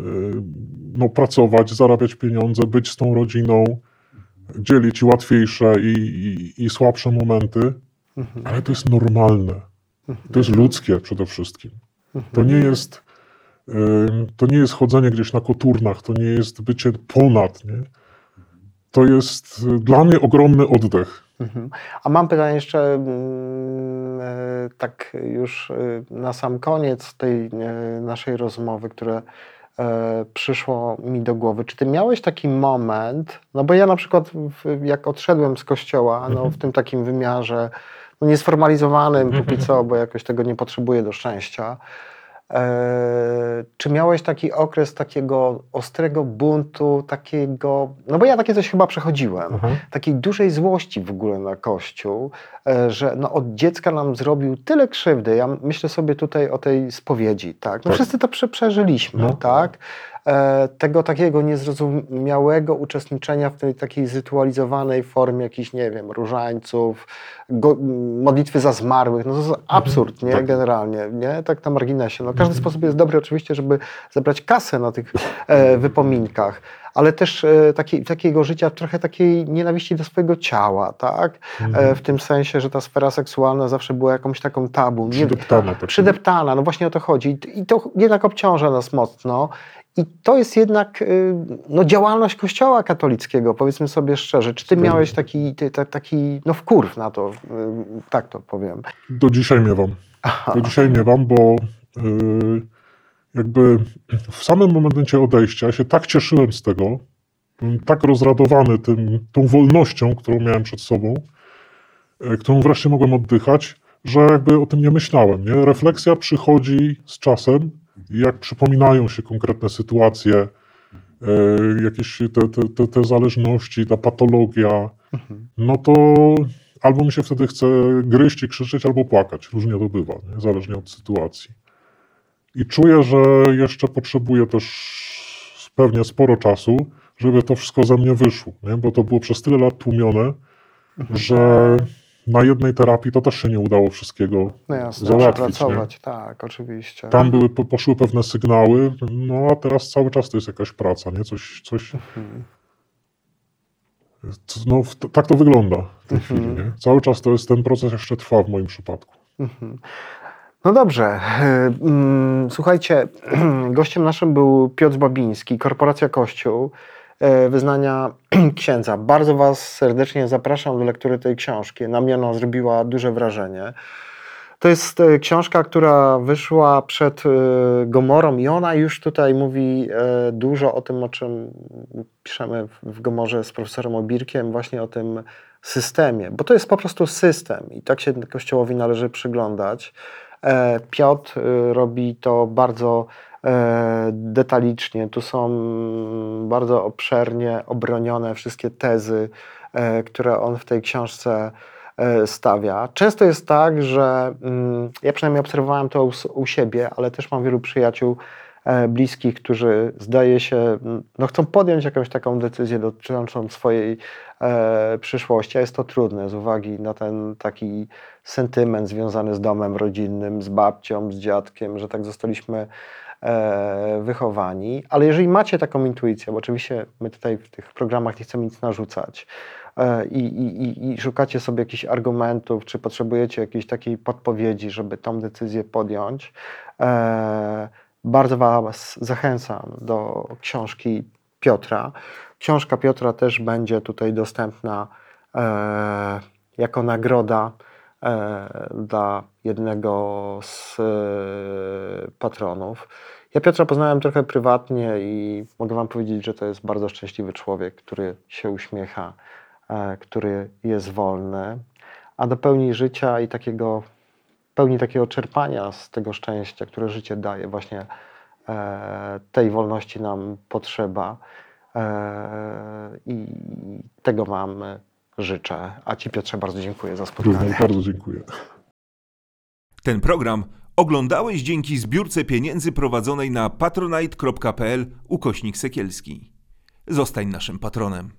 no, pracować, zarabiać pieniądze, być z tą rodziną, dzielić łatwiejsze i, i, i słabsze momenty, Mhm. ale to jest normalne. To jest ludzkie przede wszystkim. To nie jest, y, to nie jest chodzenie gdzieś na koturnach, to nie jest bycie ponad. Nie? To jest y, dla mnie ogromny oddech. Mhm. A mam pytanie jeszcze mm, e, tak już e, na sam koniec tej e, naszej rozmowy, które e, przyszło mi do głowy. Czy ty miałeś taki moment, no bo ja na przykład w, jak odszedłem z kościoła, no w tym takim wymiarze no niesformalizowanym póki co, bo jakoś tego nie potrzebuję do szczęścia, e, czy miałeś taki okres takiego ostrego buntu, takiego, no bo ja takie coś chyba przechodziłem, Mhm. takiej dużej złości w ogóle na Kościół, e, że no od dziecka nam zrobił tyle krzywdy. Ja myślę sobie tutaj o tej spowiedzi, tak? No Tak. wszyscy to prze, przeżyliśmy, No. tak? E, tego takiego niezrozumiałego uczestniczenia w tej takiej zrytualizowanej formie jakichś, nie wiem, różańców, go, modlitwy za zmarłych, no to jest absurd, nie? Tak. Generalnie, nie? Tak na marginesie. No każdy sposób jest dobry oczywiście, żeby zebrać kasę na tych e, wypominkach, ale też e, taki, takiego życia, trochę takiej nienawiści do swojego ciała, tak? E, w tym sensie, że ta sfera seksualna zawsze była jakąś taką tabu. Nie, Przydeptana. Tak. przydeptana, no właśnie o to chodzi. I to jednak obciąża nas mocno. I to jest jednak y, no, działalność Kościoła katolickiego, powiedzmy sobie szczerze. Czy ty Zgadza miałeś się. taki, ty, ta- taki no wkurw na to, y, tak to powiem. Do dzisiaj miewam. Do dzisiaj miewam, bo yy, jakby w samym momencie odejścia się tak cieszyłem z tego, byłem tak rozradowany tym, tą wolnością, którą miałem przed sobą, yy, którą wreszcie mogłem oddychać, że jakby o tym nie myślałem. Nie? Refleksja przychodzi z czasem, jak przypominają się konkretne sytuacje, yy, jakieś te, te, te, te zależności, ta patologia, no to albo mi się wtedy chce gryźć i krzyczeć, albo płakać. Różnie to bywa, nie? Zależnie od sytuacji. i czuję, że jeszcze potrzebuję też pewnie sporo czasu, żeby to wszystko ze mnie wyszło, nie? Bo to było przez tyle lat tłumione, że na jednej terapii to też się nie udało wszystkiego No jasne, załatwić. Nie? przepracować, tak, oczywiście. Tam były, po- poszły pewne sygnały, no a teraz cały czas to jest jakaś praca, nie? Coś, coś... Mhm. No, w- tak to wygląda w tej Mhm. chwili, nie? Cały czas to jest, ten proces jeszcze trwa w moim przypadku. Mhm. No dobrze. Mm, Słuchajcie, gościem naszym był Piotr Babiński, Korporacja Kościół, e, wyznania księdza. Bardzo Was serdecznie zapraszam do lektury tej książki. Na mnie ona zrobiła duże wrażenie. To jest e, książka, która wyszła przed e, Gomorą i ona już tutaj mówi e, dużo o tym, o czym piszemy w, w Gomorze z profesorem Obirkiem, właśnie o tym systemie, bo to jest po prostu system i tak się Kościołowi należy przyglądać. E, Piotr e, robi to bardzo e, detalicznie. Tu są bardzo obszernie obronione wszystkie tezy, e, które on w tej książce e, stawia. Często jest tak, że mm, ja przynajmniej obserwowałem to u, u siebie, ale też mam wielu przyjaciół e, bliskich, którzy zdaje się, mm, no chcą podjąć jakąś taką decyzję dotyczącą swojej e, przyszłości, a jest to trudne z uwagi na ten taki sentyment związany z domem rodzinnym, z babcią, z dziadkiem, że tak zostaliśmy e, wychowani. Ale jeżeli macie taką intuicję, bo oczywiście my tutaj w tych programach nie chcemy nic narzucać, e, i, i, i- i szukacie sobie jakichś argumentów, czy potrzebujecie jakiejś takiej podpowiedzi, żeby tą decyzję podjąć, e, bardzo Was zachęcam do książki Piotra. Książka Piotra też będzie tutaj dostępna e, jako nagroda e, dla jednego z e, patronów. Ja Piotra poznałem trochę prywatnie i mogę Wam powiedzieć, że to jest bardzo szczęśliwy człowiek, który się uśmiecha, e, który jest wolny, a do pełni życia i takiego, pełni takiego czerpania z tego szczęścia, które życie daje, właśnie e, tej wolności nam potrzeba. E, I tego Wam życzę. A Ci, Piotrze, bardzo dziękuję za spotkanie. Również bardzo dziękuję. Ten program oglądałeś dzięki zbiórce pieniędzy prowadzonej na patronite kropka pl ukośnik Sekielski. Zostań naszym patronem.